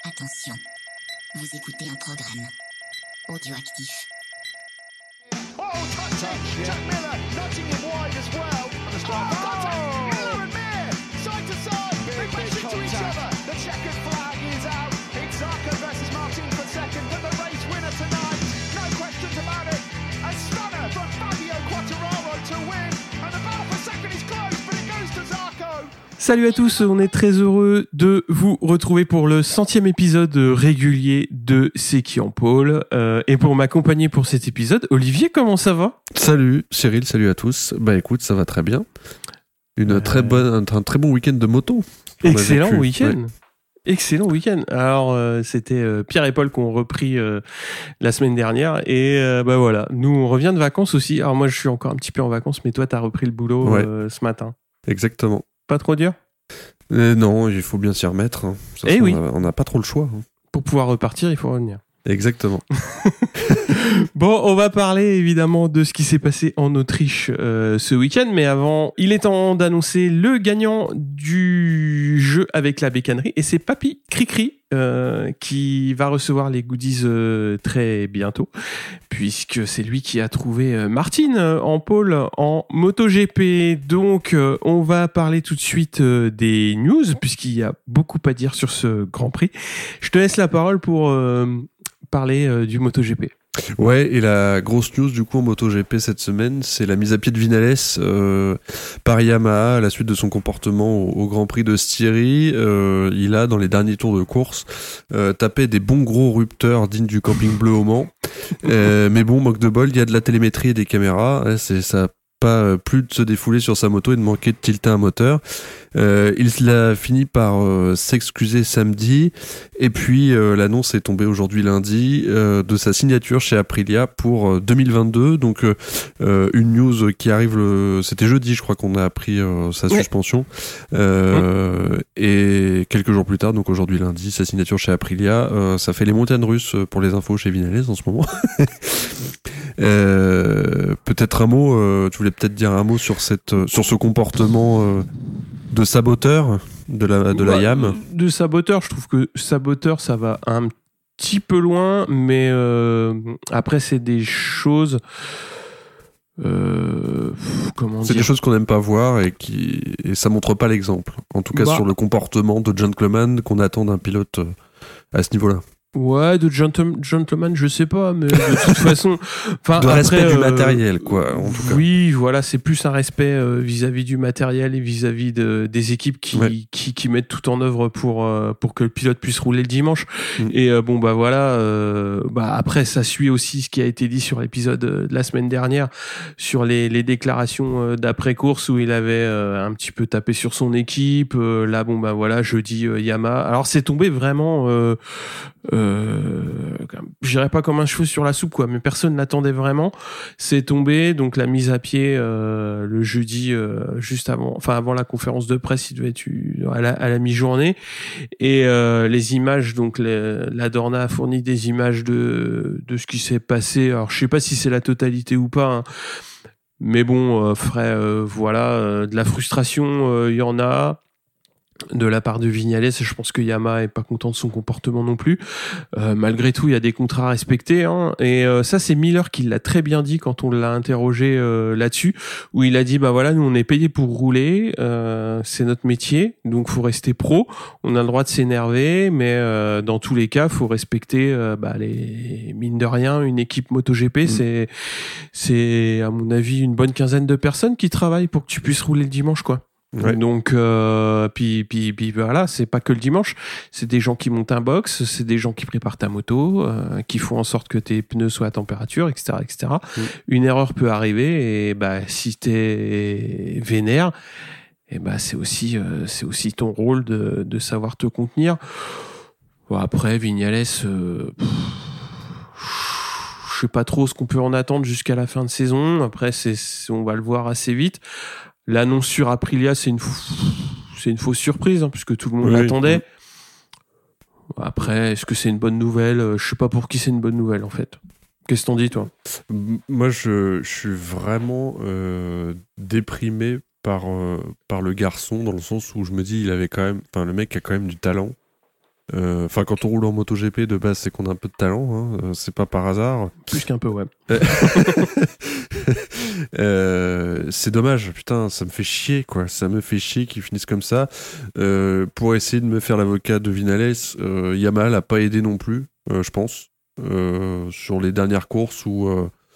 Attention, vous écoutez un programme audioactif. Oh, touching! Jack Miller nudging him wide as well. Contact! Miller and Mir! Side to side! They bash into each other! The checkered flag is out! It's Zarco versus Martin for second, but the race winner tonight! No questions about it! A stunner from Fabio Quartararo to win! And the battle for second is close, but it goes to Zarco! Salut à tous, on est très heureux de vous retrouver pour le 100e épisode régulier de C'est qui en pôle. Et pour m'accompagner pour cet épisode, Olivier, comment ça va ? Salut Cyril, salut à tous. Bah écoute, ça va très bien. Un très bon week-end de moto. Excellent week-end. Ouais. Excellent week-end. Alors, c'était Pierre et Paul qui ont repris la semaine dernière. Et bah voilà, nous on revient de vacances aussi. Alors moi je suis encore un petit peu en vacances, mais toi t'as repris le boulot ce matin. Exactement. Pas trop dur ? Non, il faut bien s'y remettre. Hein. Eh oui. On n'a pas trop le choix. Hein. Pour pouvoir repartir, il faut revenir. Exactement. Bon, on va parler évidemment de ce qui s'est passé en Autriche ce week-end, mais avant, il est temps d'annoncer le gagnant du jeu avec la bécannerie, et c'est Papy Cricri qui va recevoir les goodies très bientôt, puisque c'est lui qui a trouvé Martine en pôle en MotoGP. Donc, on va parler tout de suite des news, puisqu'il y a beaucoup à dire sur ce Grand Prix. Je te laisse la parole pour parler du MotoGP. Ouais, et la grosse news du coup en MotoGP cette semaine, c'est la mise à pied de Viñales par Yamaha à la suite de son comportement au Grand Prix de Styrie. Il a, dans les derniers tours de course, tapé des bons gros rupteurs dignes du camping bleu au Mans. Mais bon, manque de bol, il y a de la télémétrie et des caméras. Ça pas plus de se défouler sur sa moto et de manquer de tilter un moteur. Il a fini par s'excuser samedi, et puis l'annonce est tombée aujourd'hui lundi de sa signature chez Aprilia pour 2022. Donc une news qui arrive c'était jeudi, je crois qu'on a appris sa suspension, et quelques jours plus tard, donc aujourd'hui lundi, sa signature chez Aprilia. Ça fait les montagnes russes pour les infos chez Viñales en ce moment. Peut-être un mot, tu voulais peut-être dire un mot sur ce comportement de saboteur de la YAM. De saboteur, je trouve que saboteur ça va un petit peu loin, mais après c'est des choses c'est des choses qu'on n'aime pas voir et ça montre pas l'exemple, en tout cas sur le comportement de gentleman qu'on attend d'un pilote à ce niveau-là. Ouais, de gentleman, je sais pas, mais de toute façon, de respect du matériel, quoi. En tout cas. Oui, voilà, c'est plus un respect vis-à-vis du matériel et vis-à-vis des équipes qui mettent tout en œuvre pour que le pilote puisse rouler le dimanche. Et bon bah voilà, après ça suit aussi ce qui a été dit sur l'épisode de la semaine dernière sur les déclarations d'après course où il avait un petit peu tapé sur son équipe. Là bon bah voilà, jeudi Yamaha. Alors c'est tombé vraiment. Je dirais pas comme un cheveu sur la soupe quoi, mais personne n'attendait vraiment. C'est tombé, donc la mise à pied le jeudi juste avant la conférence de presse, il devait être à la mi-journée, et les images, donc la Dorna a fourni des images de ce qui s'est passé. Alors je sais pas si c'est la totalité ou pas, hein. Mais bon, de la frustration, il y en a de la part de Viñales. Je pense que Yamaha est pas content de son comportement non plus. Malgré tout, il y a des contrats à respecter, hein. Et ça, c'est Miller qui l'a très bien dit quand on l'a interrogé là-dessus, où il a dit bah voilà, nous on est payé pour rouler, c'est notre métier, donc faut rester pro. On a le droit de s'énerver, mais dans tous les cas, faut respecter les mine de rien une équipe MotoGP. C'est à mon avis une bonne quinzaine de personnes qui travaillent pour que tu puisses rouler le dimanche, quoi. Ouais. Donc puis voilà, c'est pas que le dimanche, c'est des gens qui montent un box, c'est des gens qui préparent ta moto, qui font en sorte que tes pneus soient à température, etc. Une erreur peut arriver, et si t'es vénère, et c'est aussi ton rôle de savoir te contenir. Bon, après Viñales, je sais pas trop ce qu'on peut en attendre jusqu'à la fin de saison. Après on va le voir assez vite. L'annonce sur Aprilia, c'est une fausse surprise, hein, puisque tout le monde l'attendait. Après, est-ce que c'est une bonne nouvelle ? Je sais pas pour qui c'est une bonne nouvelle, en fait. Qu'est-ce que t'en dis, toi ? Moi, je suis vraiment déprimé par le garçon, dans le sens où je me dis, le mec a quand même du talent. Enfin, quand on roule en MotoGP, de base, c'est qu'on a un peu de talent. Hein. C'est pas par hasard. Plus qu'un peu, ouais. C'est dommage, putain, ça me fait chier, quoi. Ça me fait chier qu'ils finissent comme ça. Pour essayer de me faire l'avocat de Vinales, Yamaha l'a pas aidé non plus, je pense. Sur les dernières courses où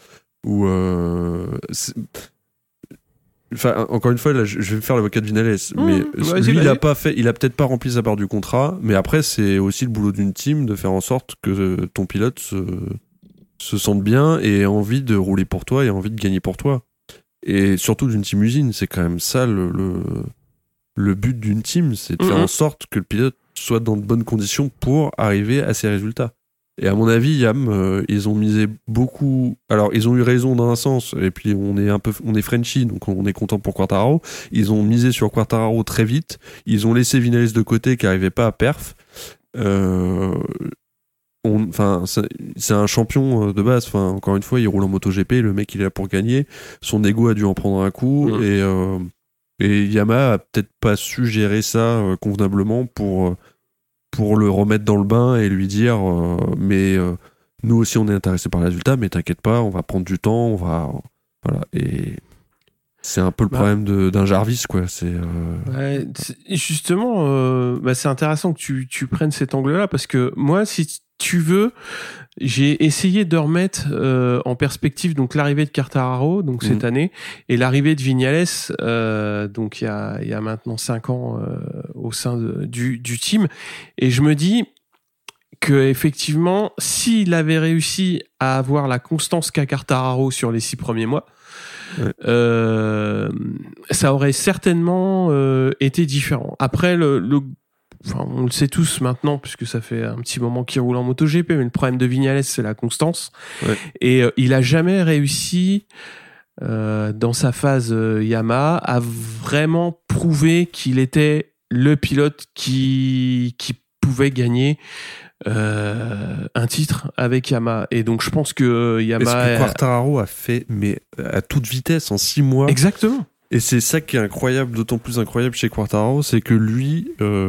enfin, encore une fois, là, je vais faire l'avocat de Vinales, mais lui, il a peut-être pas rempli sa part du contrat, mais après, c'est aussi le boulot d'une team de faire en sorte que ton pilote se sente bien et ait envie de rouler pour toi et envie de gagner pour toi. Et surtout d'une team usine, c'est quand même ça le but d'une team, c'est de faire en sorte que le pilote soit dans de bonnes conditions pour arriver à ses résultats. Et à mon avis, Yam, ils ont misé beaucoup. Alors, ils ont eu raison dans un sens, et puis on est Frenchy, donc on est content pour Quartararo. Ils ont misé sur Quartararo très vite. Ils ont laissé Vinales de côté, qui n'arrivait pas à perf. C'est un champion de base. Enfin, encore une fois, il roule en MotoGP. Le mec, il est là pour gagner. Son ego a dû en prendre un coup, et Yamaha a peut-être pas su gérer ça convenablement pour le remettre dans le bain et lui dire nous aussi on est intéressé par le résultat, mais t'inquiète pas, on va prendre du temps, voilà. Et c'est un peu le problème d'un Jarvis, quoi. Ouais, justement, c'est intéressant que tu prennes cet angle-là, parce que moi, si tu veux, j'ai essayé de remettre en perspective donc l'arrivée de Quartararo donc cette année et l'arrivée de Viñales donc il y a maintenant 5 ans au sein du team, et je me dis que effectivement, s'il avait réussi à avoir la constance qu'a Quartararo sur les 6 premiers mois, ça aurait certainement été différent. Après enfin, on le sait tous maintenant, puisque ça fait un petit moment qu'il roule en MotoGP, mais le problème de Viñales, c'est la constance. Ouais. Et il a jamais réussi, dans sa phase Yamaha, à vraiment prouver qu'il était le pilote qui pouvait gagner un titre avec Yamaha. Et donc je pense que Yamaha... Est-ce que Quartararo a fait, mais à toute vitesse, en 6 mois. Exactement. Et c'est ça qui est incroyable, d'autant plus incroyable chez Quartararo, c'est que lui,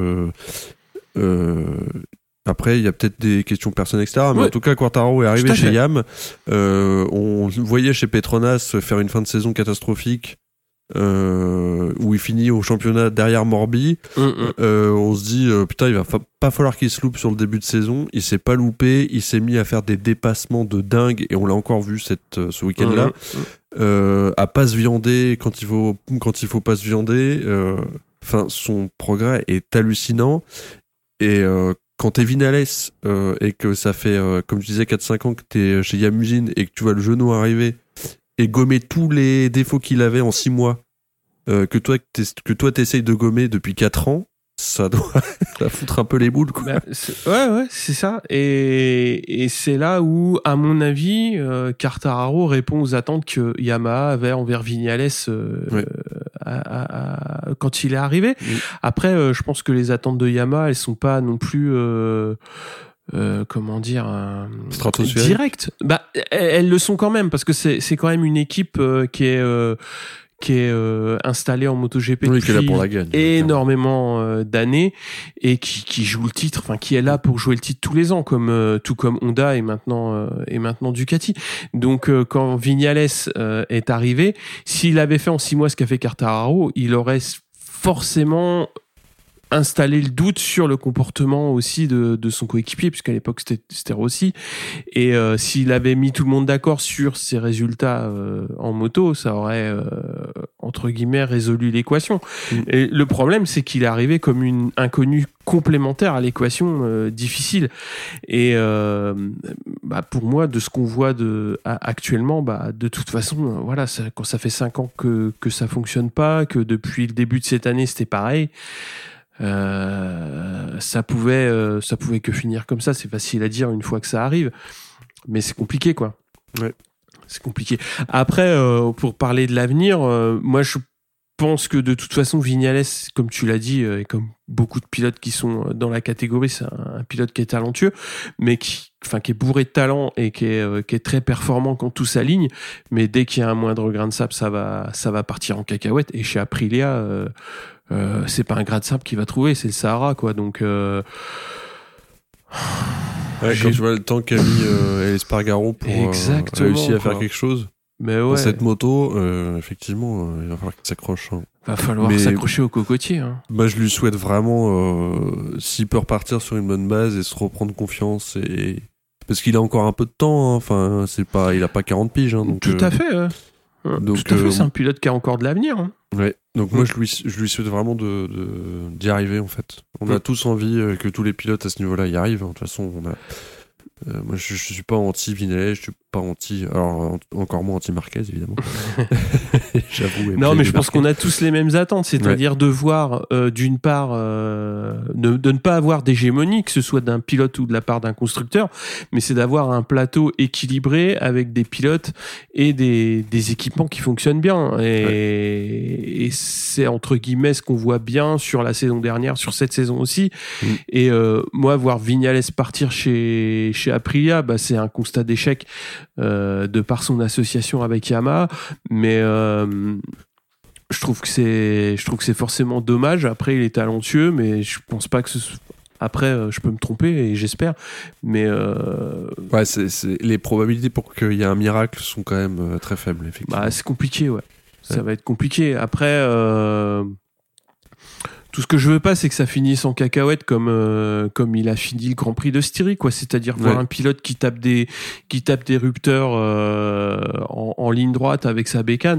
après il y a peut-être des questions personnelles, etc. Mais en tout cas, Quartararo est arrivé chez Yam. On voyait chez Petronas faire une fin de saison catastrophique, où il finit au championnat derrière Morbi. On se dit putain, il va pas falloir qu'il se loupe sur le début de saison. Il s'est pas loupé, il s'est mis à faire des dépassements de dingue, et on l'a encore vu ce week-end-là. À pas se viander quand il faut pas se viander. Enfin, son progrès est hallucinant. Et quand t'es Vinales et que ça fait, comme je disais, 4-5 ans que t'es chez Yamusine et que tu vois le genou arriver et gommer tous les défauts qu'il avait en 6 mois, que toi t'essayes de gommer depuis 4 ans, ça doit foutre un peu les boules, quoi. Ouais, c'est ça. Et c'est là où, à mon avis, Quartararo répond aux attentes que Yamaha avait envers Viñales quand il est arrivé. Après, je pense que les attentes de Yamaha, elles sont pas non plus comment dire, direct. Elles le sont quand même, parce que c'est quand même une équipe qui est installée en MotoGP depuis là pour la gagne, énormément d'années, et qui joue le titre, enfin qui est là pour jouer le titre tous les ans, tout comme Honda et maintenant Ducati. Donc quand Viñales est arrivé, s'il avait fait en 6 mois ce qu'a fait Quartararo, il aurait forcément installer le doute sur le comportement aussi de son coéquipier, puisqu'à l'époque c'était Rossi, et s'il avait mis tout le monde d'accord sur ses résultats en moto, ça aurait entre guillemets résolu l'équation. Et le problème, c'est qu'il est arrivé comme une inconnue complémentaire à l'équation difficile, et pour moi, de ce qu'on voit actuellement, de toute façon, voilà, quand ça fait 5 ans que ça fonctionne pas, que depuis le début de cette année c'était pareil, ça pouvait que finir comme ça. C'est facile à dire une fois que ça arrive, mais c'est compliqué, quoi. Ouais. C'est compliqué. Après, pour parler de l'avenir, moi je pense que de toute façon Viñales, comme tu l'as dit, et comme beaucoup de pilotes qui sont dans la catégorie, c'est un pilote qui est talentueux, mais qui est bourré de talent et qui est très performant quand tout s'aligne, mais dès qu'il y a un moindre grain de sable, ça va partir en cacahuète. Et chez Aprilia, c'est pas un grain de sable qu'il va trouver, c'est le Sahara, quoi. Donc Quand je vois le temps qu'a mis Espargaro pour réussir à faire quelque chose. Mais dans cette moto, effectivement, il va falloir qu'il s'accroche. Hein. Va falloir s'accrocher au cocotier. Hein. Moi, je lui souhaite vraiment, s'il peut repartir sur une bonne base et se reprendre confiance, parce qu'il a encore un peu de temps. Hein. Enfin, il a pas 40 piges. Hein, donc, tout à fait. Donc, tout à fait, c'est un pilote qui a encore de l'avenir. Hein. Ouais. Donc moi, je lui souhaite vraiment d'y arriver en fait. On a tous envie que tous les pilotes à ce niveau-là y arrivent. Hein. De toute façon, moi, je suis pas anti-Vinales, je suis pas encore moins anti-Marquez, évidemment. J'avoue. Non, mais je pense qu'on a tous les mêmes attentes, c'est-à-dire de voir, d'une part, de ne pas avoir d'hégémonie, que ce soit d'un pilote ou de la part d'un constructeur, mais c'est d'avoir un plateau équilibré avec des pilotes et des équipements qui fonctionnent bien. Et c'est entre guillemets ce qu'on voit bien sur la saison dernière, sur cette saison aussi. Et moi, voir Viñales partir chez Aprilia, c'est un constat d'échec de par son association avec Yamaha, mais je trouve que c'est forcément dommage. Après, il est talentueux, mais je pense pas que après, je peux me tromper et j'espère, mais les probabilités pour qu'il y ait un miracle sont quand même très faibles, effectivement. C'est compliqué, ça va être compliqué. Après, tout ce que je veux pas, c'est que ça finisse en cacahuète comme il a fini le Grand Prix de Styrie, quoi. C'est-à-dire voir un pilote qui tape des rupteurs en ligne droite avec sa bécane.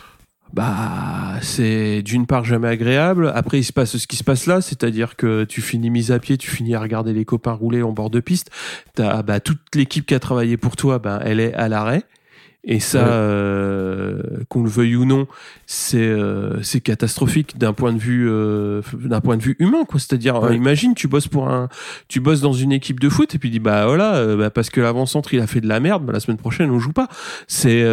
C'est d'une part jamais agréable. Après, il se passe ce qui se passe là, c'est-à-dire que tu finis mise à pied, tu finis à regarder les copains rouler en bord de piste. T'as toute l'équipe qui a travaillé pour toi, elle est à l'arrêt. Et ça, qu'on le veuille ou non, c'est catastrophique d'un point de vue humain, quoi. C'est-à-dire, imagine, tu bosses dans une équipe de foot et puis dis parce que l'avant-centre il a fait de la merde, la semaine prochaine on joue pas. C'est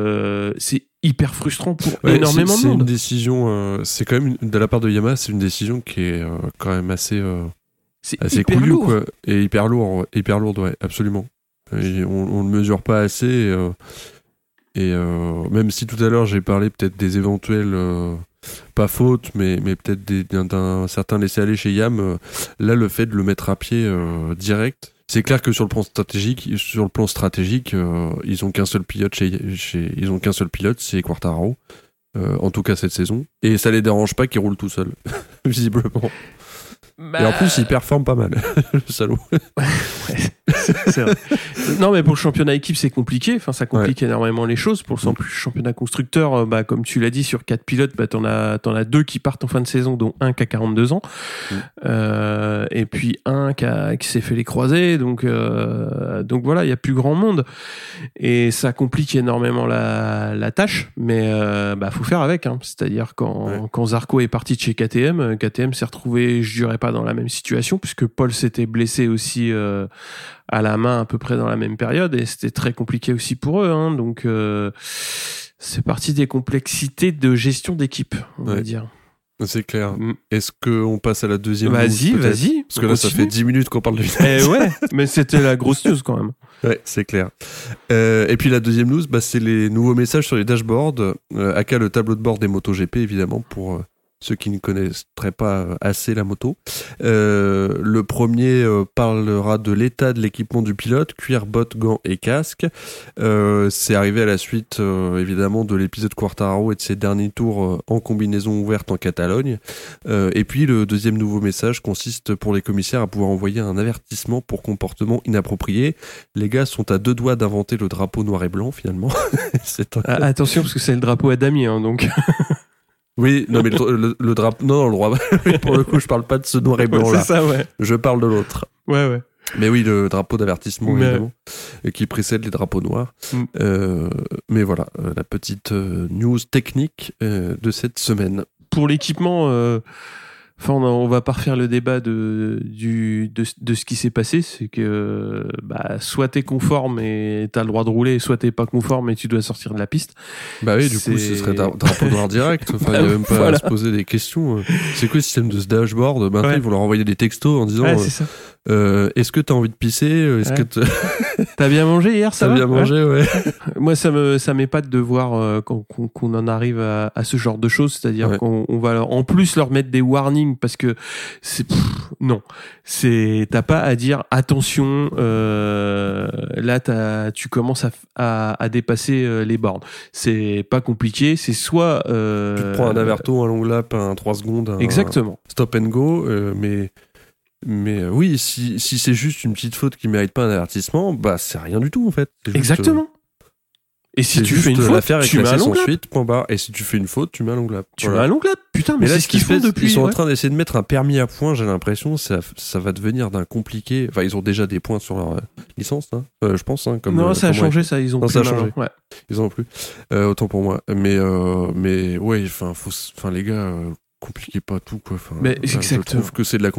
hyper frustrant pour énormément de monde. C'est une décision, c'est quand même de la part de Yamaha, c'est une décision qui est quand même assez couillue, quoi, et hyper lourde, ouais, absolument. Et on le mesure pas assez. Et même si tout à l'heure j'ai parlé peut-être des éventuels pas fautes, mais peut-être d'un certain laisser-aller chez Yam, là le fait de le mettre à pied direct, c'est clair que sur le plan stratégique, ils ont qu'un seul pilote c'est Quartararo, en tout cas cette saison, et ça les dérange pas qu'il roule tout seul, visiblement. Et en plus, il performe pas mal, le salaud. C'est vrai. Non, mais pour le championnat équipe, c'est compliqué. Enfin, ça complique énormément les choses. Pour le championnat constructeur, comme tu l'as dit, sur 4 pilotes, t'en as 2 qui partent en fin de saison, dont un qui a 42 ans. Et puis un qui s'est fait les croisés. Donc voilà, il y a plus grand monde. Et ça complique énormément la tâche. Mais faut faire avec. Hein. C'est-à-dire quand Zarco est parti de chez KTM s'est retrouvé, je dirais pas dans la même situation, puisque Paul s'était blessé aussi à la main à peu près dans la même période, et c'était très compliqué aussi pour eux. Hein. Donc c'est parti des complexités de gestion d'équipe, on va dire. C'est clair. Est-ce qu'on passe à la deuxième news? Vas-y. Parce que là, ça fait 10 minutes qu'on parle de vitesse. Mais c'était la grosse news quand même. Ouais, c'est clair. Et puis la deuxième news, c'est les nouveaux messages sur les dashboards, aka le tableau de bord des MotoGP, évidemment, pour ceux qui ne connaîtraient pas assez la moto. Le premier parlera de l'état de l'équipement du pilote, cuir, bottes, gants et casque. C'est arrivé à la suite, évidemment, de l'épisode Quartararo et de ses derniers tours en combinaison ouverte en Catalogne. Et puis, le deuxième nouveau message consiste pour les commissaires à pouvoir envoyer un avertissement pour comportement inapproprié. Les gars sont à 2 doigts d'inventer le drapeau noir et blanc, finalement. Attention, parce que c'est le drapeau à Damier, hein, donc... Oui, non, mais le drapeau... Non, le droit... Pour le coup, je parle pas de ce noir et blanc là. C'est ça, Je parle de l'autre. Ouais. Mais oui, le drapeau d'avertissement, évidemment, qui précède les drapeaux noirs. Mais voilà, la petite news technique de cette semaine. Pour l'équipement... on va pas refaire le débat de ce qui s'est passé. C'est que soit t'es conforme et t'as le droit de rouler, soit t'es pas conforme et tu dois sortir de la piste. Du coup, ce serait drapeau noir direct. Enfin, il n'y a même pas à se poser des questions. C'est quoi le système de ce dashboard? Ils vont leur envoyer des textos en disant c'est ça. Est-ce que t'as envie de pisser? Est-ce que t'as bien mangé hier, ça va? T'as bien mangé, ouais. Moi, ça m'épate de voir qu'on en arrive à ce genre de choses, c'est-à-dire qu'on va en plus leur mettre des warnings parce que non, t'as pas à dire attention, là tu commences à dépasser les bornes. C'est pas compliqué, c'est soit tu te prends un averto, un long lap, un 3 secondes, exactement, stop and go, mais oui, si c'est juste une petite faute qui mérite pas un avertissement, bah c'est rien du tout en fait. C'est exactement. Et si tu fais une faute, tu mets un long lap. Point barre. Et si tu fais une faute, tu mets un long lap. Tu mets un long lap. Putain, mais là, c'est ce qu'ils font depuis. Ils sont en train d'essayer de mettre un permis à points. J'ai l'impression ça va devenir d'un compliqué. Enfin, ils ont déjà des points sur leur licence, hein, je pense. Hein, non, ça a changé, ça. Ils ont plus. Ça a changé. Ouais. Ils en ont plus. Autant pour moi. Mais ouais, enfin, les gars, compliquez pas tout, quoi. Mais je trouve que c'est de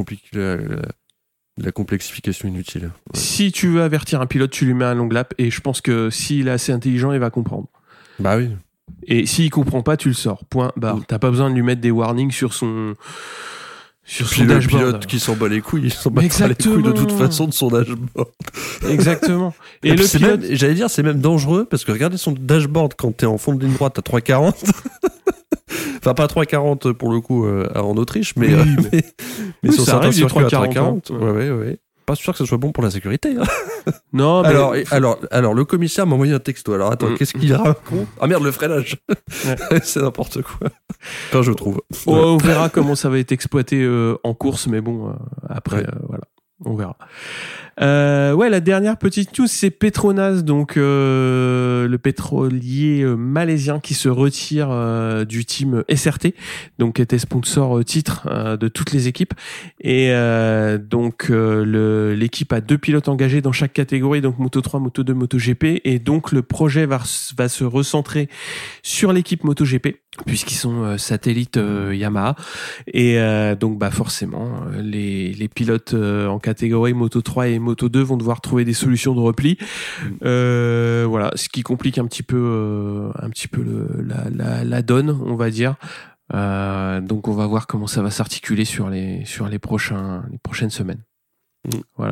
la complexification inutile. Ouais. Si tu veux avertir un pilote, tu lui mets un long lap et je pense que s'il est assez intelligent, il va comprendre. Bah oui. Et s'il comprend pas, tu le sors. Point barre. T'as pas besoin de lui mettre des warnings sur son dashboard. Le pilote qui s'en bat les couilles, il s'en bat pas les couilles de toute façon de son dashboard. Exactement. Et le pilote, j'allais dire, c'est même dangereux parce que regardez son dashboard quand t'es en fond de ligne droite à 3,40. Enfin, pas 3,40 pour le coup en Autriche, mais sur certains circuits à 3,40. Ouais. Pas sûr que ce soit bon pour la sécurité. Hein. Non, mais... alors, le commissaire m'a envoyé un texto. Alors, attends, qu'est-ce qu'il raconte? Ah merde, le freinage. Ouais. C'est n'importe quoi. Quand je trouve. On verra comment ça va être exploité en course, mais bon, après, voilà. On verra. La dernière petite news, c'est Petronas, donc le pétrolier malaisien qui se retire du team SRT, donc qui était sponsor titre de toutes les équipes. Et donc l'équipe a 2 pilotes engagés dans chaque catégorie, donc Moto 3, Moto 2, Moto GP. Et donc le projet va se recentrer sur l'équipe Moto GP, puisqu'ils sont satellites Yamaha. Et donc forcément, les pilotes en catégorie Moto 3 et Moto 2 vont devoir trouver des solutions de repli. Voilà, ce qui complique un petit peu la donne, on va dire. Donc on va voir comment ça va s'articuler sur les prochaines semaines. Voilà.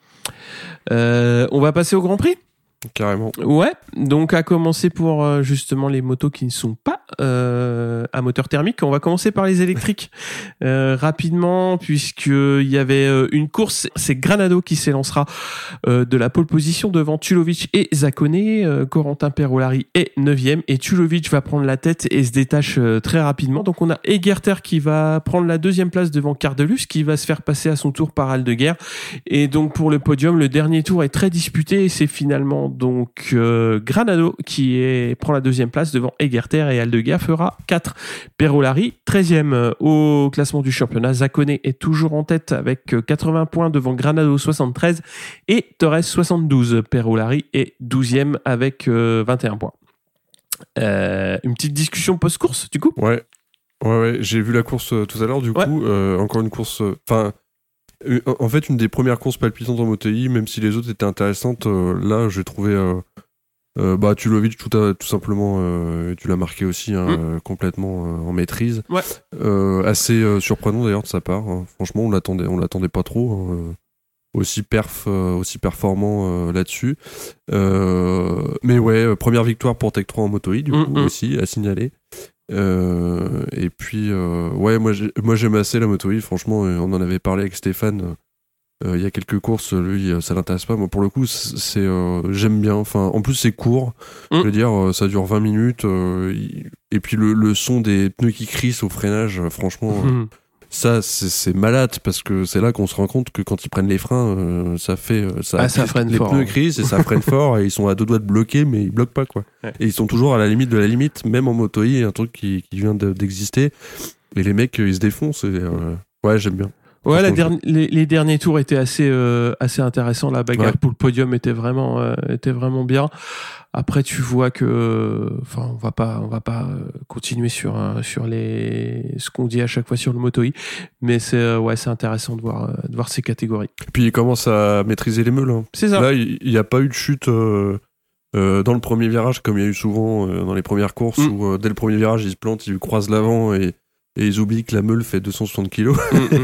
On va passer au Grand Prix. Carrément. Ouais, donc à commencer pour justement les motos qui ne sont pas à moteur thermique. On va commencer par les électriques rapidement, puisqu'il y avait une course, c'est Granado qui s'élancera de la pole position devant Tulovic et Zaccone. Corentin Perolari est 9e et Tulovic va prendre la tête et se détache très rapidement. Donc on a Egerter qui va prendre la 2e place devant Cardelus, qui va se faire passer à son tour par Aldeguer. Et donc pour le podium, le dernier tour est très disputé et c'est finalement donc Granado qui prend la 2e place devant Egerter et Aldeguer fera 4. Perolari 13e au classement du championnat. Zaccone est toujours en tête avec 80 points devant Granado 73 et Torres 72. Perolari est 12e avec 21 points. Une petite discussion post-course du coup. Ouais, j'ai vu la course tout à l'heure du coup. Encore une course... en fait, une des premières courses palpitantes en MotoE, même si les autres étaient intéressantes, là, j'ai trouvé Tulovic tout simplement, tu l'as marqué aussi, complètement en maîtrise. Ouais. Assez surprenant d'ailleurs de sa part. Hein. Franchement, on l'attendait pas trop. Aussi performant là-dessus. Mais ouais, première victoire pour Tech 3 en MotoE, du coup, aussi, à signaler. Et puis moi j'aime assez la MotoE, franchement, on en avait parlé avec Stéphane il y a quelques courses, lui ça l'intéresse pas, moi pour le coup c'est j'aime bien, enfin en plus c'est court, je veux dire ça dure 20 minutes et puis le son des pneus qui crissent au freinage, franchement ça c'est malade, parce que c'est là qu'on se rend compte que quand ils prennent les freins ça freine les fort, pneus crissent et ça freine fort et ils sont à 2 doigts de bloquer mais ils bloquent pas quoi. Et ils sont toujours à la limite de la limite, même en MotoE, un truc qui vient d'exister et les mecs ils se défoncent et j'aime bien. Ouais, les derniers tours étaient assez intéressants. La bagarre pour le podium était vraiment bien. Après, tu vois que, enfin, on va pas continuer sur ce qu'on dit à chaque fois sur le MotoE, mais c'est intéressant de voir ces catégories. Et puis il commence à maîtriser les meules. Hein. C'est ça. Là, il n'y a pas eu de chute dans le premier virage comme il y a eu souvent dans les premières courses où dès le premier virage il se plante, il croise l'avant et et ils oublient que la meule fait 260 kilos,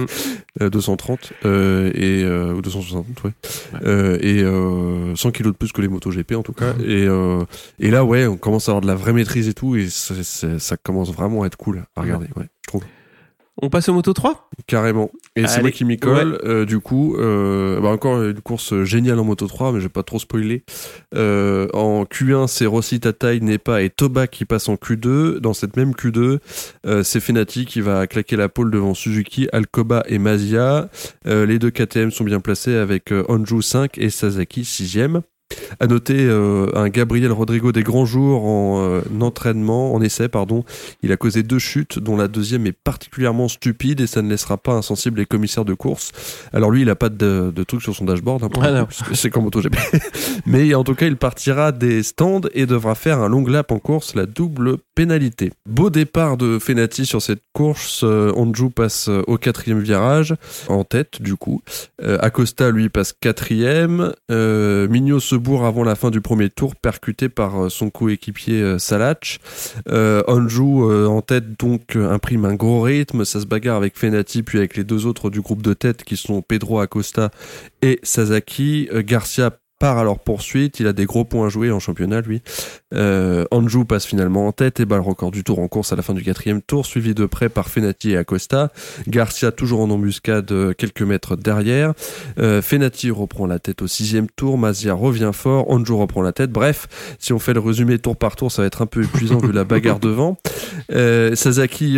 230 ou 260, et 100 kilos de plus que les MotoGP en tout cas. Et là, ouais, on commence à avoir de la vraie maîtrise et tout, et ça commence vraiment à être cool à regarder, ouais, je trouve. On passe au Moto 3 ? Carrément. Et c'est moi qui m'y colle. Du coup, encore une course géniale en Moto 3, mais je vais pas trop spoiler. En Q1, c'est Rossi, Tatai, Nepa et Toba qui passent en Q2. Dans cette même Q2, c'est Fenati qui va claquer la pole devant Suzuki, Alcoba et Mazia. Les deux KTM sont bien placés avec Honju 5 et Sasaki 6e. À noter un Gabriel Rodrigo des grands jours en essai. Il a causé 2 chutes, dont la deuxième est particulièrement stupide et ça ne laissera pas insensible les commissaires de course. Alors lui, il a pas de truc sur son dashboard, parce que c'est comme MotoGP. Mais en tout cas, il partira des stands et devra faire un long lap en course, la double pénalité. Beau départ de Fenati sur cette course. Honju passe au 4e virage, en tête du coup. Acosta, lui, passe 4e. Mignot se bourre avant la fin du premier tour, percuté par son coéquipier Salach. Honju en tête donc imprime un gros rythme, ça se bagarre avec Fenati puis avec les deux autres du groupe de tête qui sont Pedro Acosta et Sasaki. Garcia part à leur poursuite, il a des gros points à jouer en championnat lui. Honju passe finalement en tête et bat le record du tour en course à la fin du 4e tour, suivi de près par Fenati et Acosta. Garcia toujours en embuscade quelques mètres derrière. Fenati reprend la tête au 6e tour, Mazia revient fort, Honju reprend la tête. Bref, si on fait le résumé tour par tour, ça va être un peu épuisant vu la bagarre devant. Sasaki,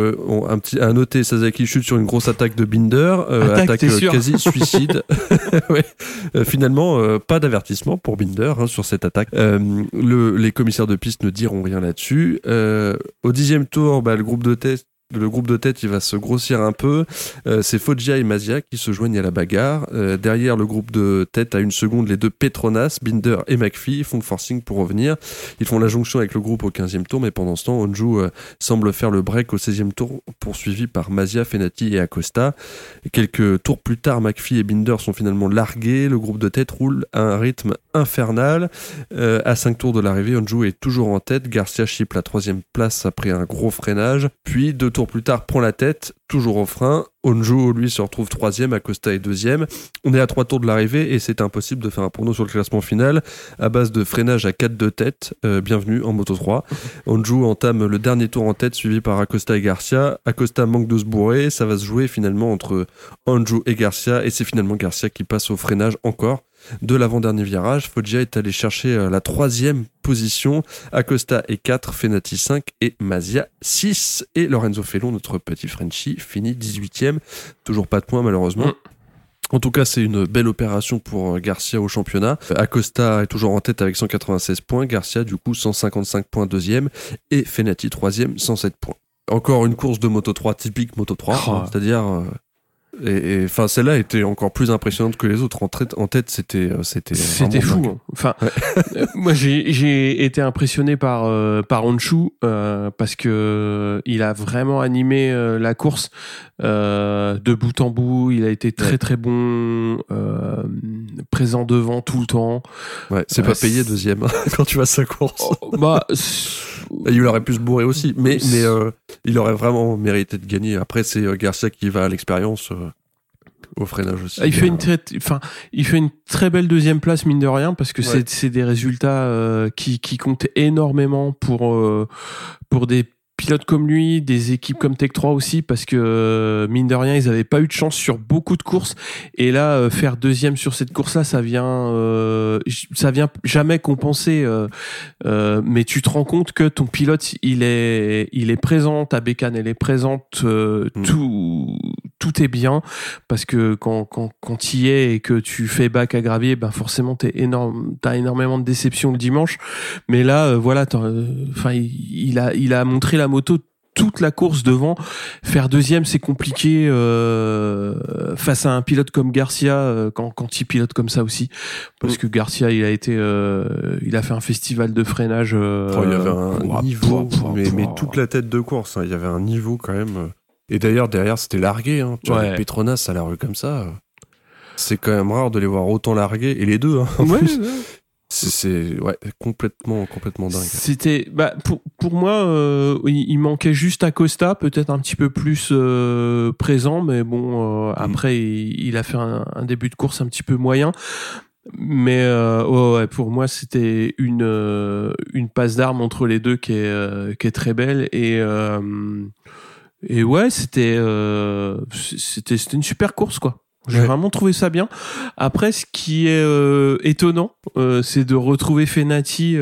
à noter, Sasaki chute sur une grosse attaque de Binder, attaque quasi suicide. Ouais. Finalement, pas d'avertissement pour Binder sur cette attaque. Les commissaires de piste ne diront rien là-dessus. Au 10e tour, le groupe de tête, il va se grossir un peu. C'est Foggia et Mazia qui se joignent à la bagarre. Derrière le groupe de tête, à 1 seconde, les deux Petronas, Binder et McPhee, font le forcing pour revenir. Ils font la jonction avec le groupe au 15e tour, mais pendant ce temps, Honju semble faire le break au 16e tour, poursuivi par Mazia, Fenati et Acosta. Quelques tours plus tard, McPhee et Binder sont finalement largués. Le groupe de tête roule à un rythme infernal. À 5 tours de l'arrivée, Honju est toujours en tête. Garcia chipe la 3e place après un gros freinage. Puis 2 tours plus tard, prend la tête, toujours au frein. Honju, lui, se retrouve 3e, Acosta est 2e. On est à 3 tours de l'arrivée et c'est impossible de faire un prono sur le classement final à base de freinage à 4 de tête. Bienvenue en Moto 3. Honju entame le dernier tour en tête, suivi par Acosta et Garcia. Acosta manque de se bourrer, ça va se jouer finalement entre Honju et Garcia et c'est finalement Garcia qui passe au freinage encore. De l'avant-dernier virage, Foggia est allé chercher la 3e position. Acosta est 4, Fenati 5 et Mazia 6. Et Lorenzo Felon, notre petit Frenchie, finit 18e. Toujours pas de points malheureusement. En tout cas, c'est une belle opération pour Garcia au championnat. Acosta est toujours en tête avec 196 points. Garcia, du coup, 155 points 2e. Et Fenati 3e, 107 points. Encore une course de Moto 3 typique Moto 3, c'est-à-dire... Et celle-là était encore plus impressionnante que les autres. En tête, c'était fou. Hein. Enfin, moi j'ai été impressionné par Honju parce que il a vraiment animé la course de bout en bout. Il a été très très bon, présent devant tout le temps. Ouais, c'est pas payé deuxième quand tu vois sa course. Il aurait pu se bourrer aussi, mais il aurait vraiment mérité de gagner. Après, c'est Garcia qui va à l'expérience au freinage aussi. Il fait une très belle 2e place, mine de rien, parce que c'est des résultats qui comptent énormément pour des pilotes comme lui, des équipes comme Tech 3 aussi, parce que mine de rien, ils avaient pas eu de chance sur beaucoup de courses. Et là, faire 2e sur cette course-là, ça vient jamais compenser. Mais tu te rends compte que ton pilote, il est présent, ta bécane, elle est présente, tout est bien, parce que quand tu y es et que tu fais bac à gravier, forcément t'as énormément de déceptions le dimanche. Mais là, il a montré la moto toute la course devant. Faire 2e, c'est compliqué face à un pilote comme Garcia quand il pilote comme ça aussi, parce que Garcia il a fait un festival de freinage. Il y avait un niveau, mais toute la tête de course, il y avait un niveau quand même. Et d'ailleurs derrière c'était largué. Tu vois, les Petronas à la rue comme ça, c'est quand même rare de les voir autant largués, et les deux. Ouais. c'est complètement dingue. C'était pour moi il manquait juste Acosta, peut-être un petit peu plus présent, mais bon après il a fait un début de course un petit peu moyen. Mais pour moi c'était une passe d'armes entre les deux qui est très belle et ouais c'était une super course quoi. J'ai vraiment trouvé ça bien. Après, ce qui est étonnant, c'est de retrouver Fenati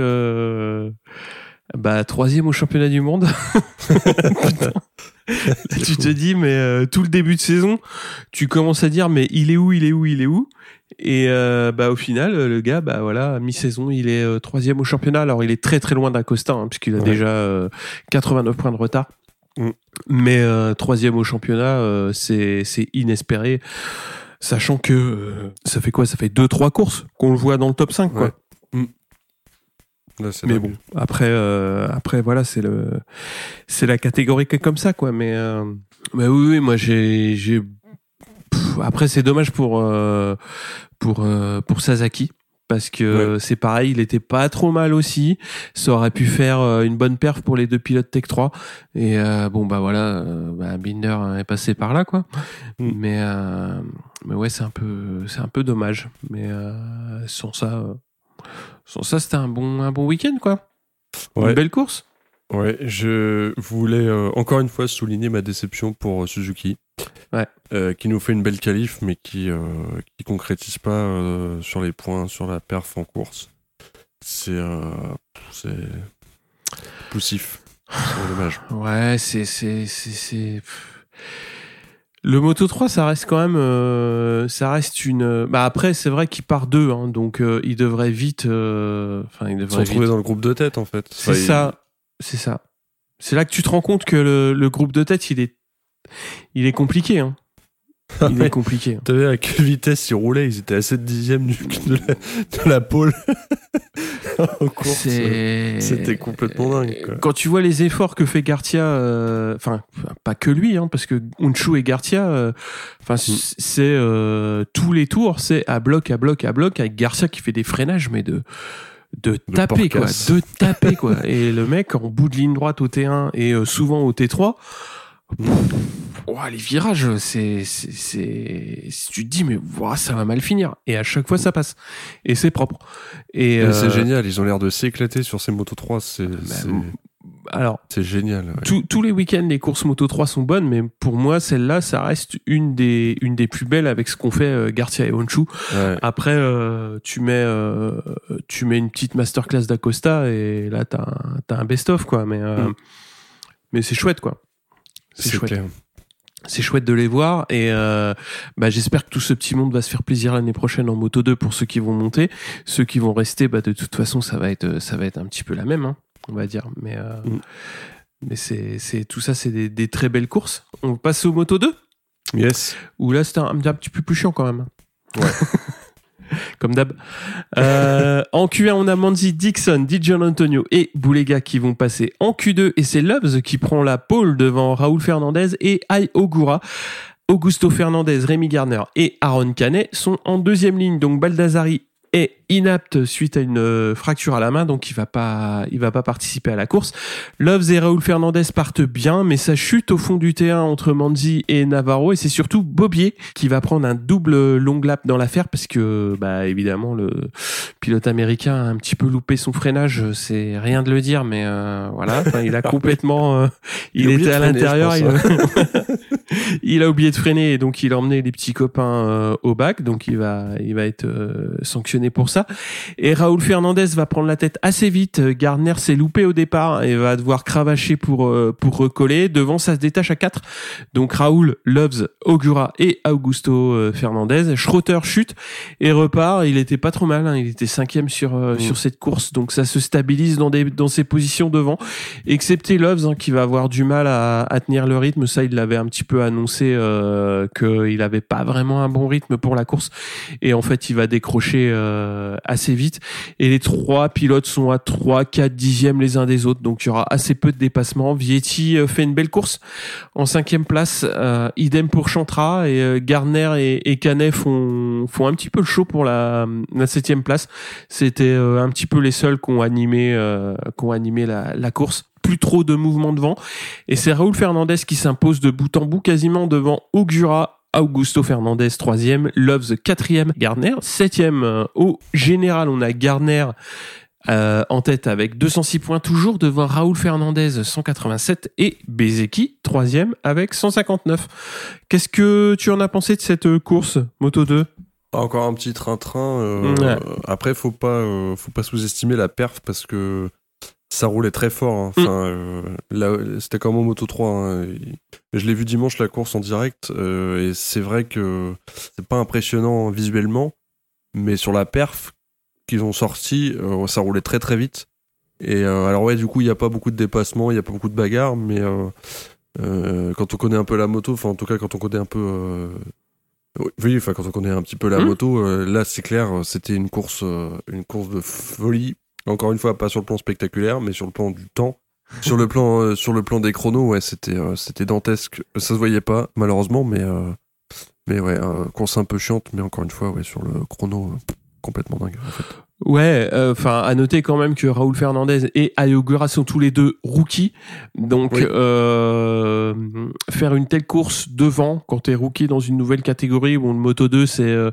3e au championnat du monde. Putain. Tu te dis, mais tout le début de saison, tu commences à dire, mais il est où Et au final, le gars, voilà, mi-saison, il est 3e au championnat. Alors, il est très très loin d'Acosta, puisqu'il a déjà 89 points de retard. Mais 3e au championnat, c'est inespéré, sachant que ça fait 2-3 courses qu'on le voit dans le top 5 quoi. Là, mais bon, après voilà, c'est la catégorie qui est comme ça quoi. Mais oui, moi j'ai après c'est dommage pour Sasaki. Parce que c'est pareil, il était pas trop mal aussi. Ça aurait pu faire une bonne perf pour les deux pilotes Tech 3. Et Binder est passé par là, quoi. Mais ouais, c'est un peu dommage. Mais sans ça, c'était un bon week-end, quoi. Une belle course. Ouais, je voulais encore une fois souligner ma déception pour Suzuki. Qui nous fait une belle qualif, mais qui concrétise pas sur les points, sur la perf en course. C'est poussif. C'est dommage. Ouais, c'est le Moto 3, ça reste quand même, ça reste une. Après, c'est vrai qu'il part 2, donc il devrait vite. Se retrouver dans le groupe de tête, en fait. C'est ça. C'est là que tu te rends compte que le groupe de tête, il est compliqué, Il est compliqué. T'as vu à quelle vitesse ils roulaient? Ils étaient à 7 dixièmes de la pole en course. C'était complètement dingue, quoi. Quand tu vois les efforts que fait Garcia, pas que lui, parce que Honshu et Garcia, c'est tous les tours, c'est à bloc, avec Garcia qui fait des freinages, mais de taper quoi. Et le mec en bout de ligne droite au T1 et souvent au T3. Les virages, tu te dis mais ça va mal finir, et à chaque fois ça passe et c'est propre et c'est génial, ils ont l'air de s'éclater sur ces Moto 3, c'est génial, ouais. Tous les week-ends les courses Moto 3 sont bonnes, mais pour moi celle-là ça reste une des plus belles avec ce qu'ont fait Garcia et Honshu. Après tu mets une petite masterclass d'Acosta et là t'as un best-of quoi, mais c'est chouette quoi. C'est chouette. Clair. C'est chouette de les voir et j'espère que tout ce petit monde va se faire plaisir l'année prochaine en Moto 2 pour ceux qui vont monter. Ceux qui vont rester, de toute façon ça va être un petit peu la même, on va dire. Mais c'est tout ça, c'est des très belles courses. On passe au Moto 2. Yes. Où là c'était un petit peu plus chiant quand même. Ouais. Comme d'hab. En Q1, on a Manzi, Dixon, Di Gianantonio et Boulega qui vont passer en Q2, et c'est Loves qui prend la pole devant Raúl Fernandez et Ai Ogura. Augusto Fernandez, Rémi Gardner et Aaron Canet sont en deuxième ligne. Donc Baldassari est inapte suite à une fracture à la main, donc il va pas participer à la course. Loves et Raúl Fernandez partent bien, mais ça chute au fond du T1 entre Manzi et Navarro, et c'est surtout Bobier qui va prendre un double long lap dans l'affaire, parce que évidemment le pilote américain a un petit peu loupé son freinage, c'est rien de le dire, mais voilà, il a complètement il était à l'intérieur, il a oublié de freiner, et donc il a emmené les petits copains au bac, donc il va être sanctionné pour ça. Et Raúl Fernandez va prendre la tête assez vite. Gardner s'est loupé au départ et va devoir cravacher pour recoller. Devant, ça se détache à 4. Donc Raúl, Loves, Ogura et Augusto Fernandez. Schroeter chute et repart. Il était pas trop mal, il était 5e sur cette course. Donc ça se stabilise dans ses positions devant. Excepté Loves, qui va avoir du mal à tenir le rythme. Ça, il l'avait un petit peu annoncé qu'il avait pas vraiment un bon rythme pour la course. Et en fait, il va décrocher assez vite. Et les 3 pilotes sont à 3-4 dixièmes les uns des autres. Donc il y aura assez peu de dépassements. Vietti fait une belle course en 5e place. Idem pour Chantra. Et Gardner et Canet font un petit peu le show pour la 7e place. C'était un petit peu les seuls qui ont animé la course. Plus trop de mouvement devant. Et c'est Raúl Fernandez qui s'impose de bout en bout, quasiment devant Ogura, Augusto Fernandez 3e, Loves 4e, Gardner 7e. Au général, on a Gardner en tête avec 206 points, toujours devant Raúl Fernandez 187 et Bezzecchi 3e avec 159. Qu'est-ce que tu en as pensé de cette course Moto 2 ? Encore un petit train-train. Ouais. Après, faut pas sous-estimer la perf parce que ça roulait très fort. Hein. Enfin, là, c'était comme en Moto 3. Hein. Je l'ai vu dimanche la course en direct et c'est vrai que c'est pas impressionnant visuellement, mais sur la perf qu'ils ont sorti, ça roulait très très vite. Et alors ouais, du coup, il y a pas beaucoup de dépassements, il y a pas beaucoup de bagarres, mais quand on connaît un peu la moto, enfin en tout cas quand on connaît un peu oui, enfin quand on connaît un petit peu la moto, là c'est clair, c'était une course de folie. Encore une fois, pas sur le plan spectaculaire, mais sur le plan du temps. sur le plan des chronos, ouais, c'était dantesque. Ça se voyait pas, malheureusement, mais ouais, course un peu chiante, mais encore une fois, ouais, sur le chrono, complètement dingue, en fait. Ouais, à noter quand même que Raúl Fernandez et Ayogura sont tous les deux rookies. Donc, oui. Faire une telle course devant, quand t'es rookie dans une nouvelle catégorie, bon, le Moto 2,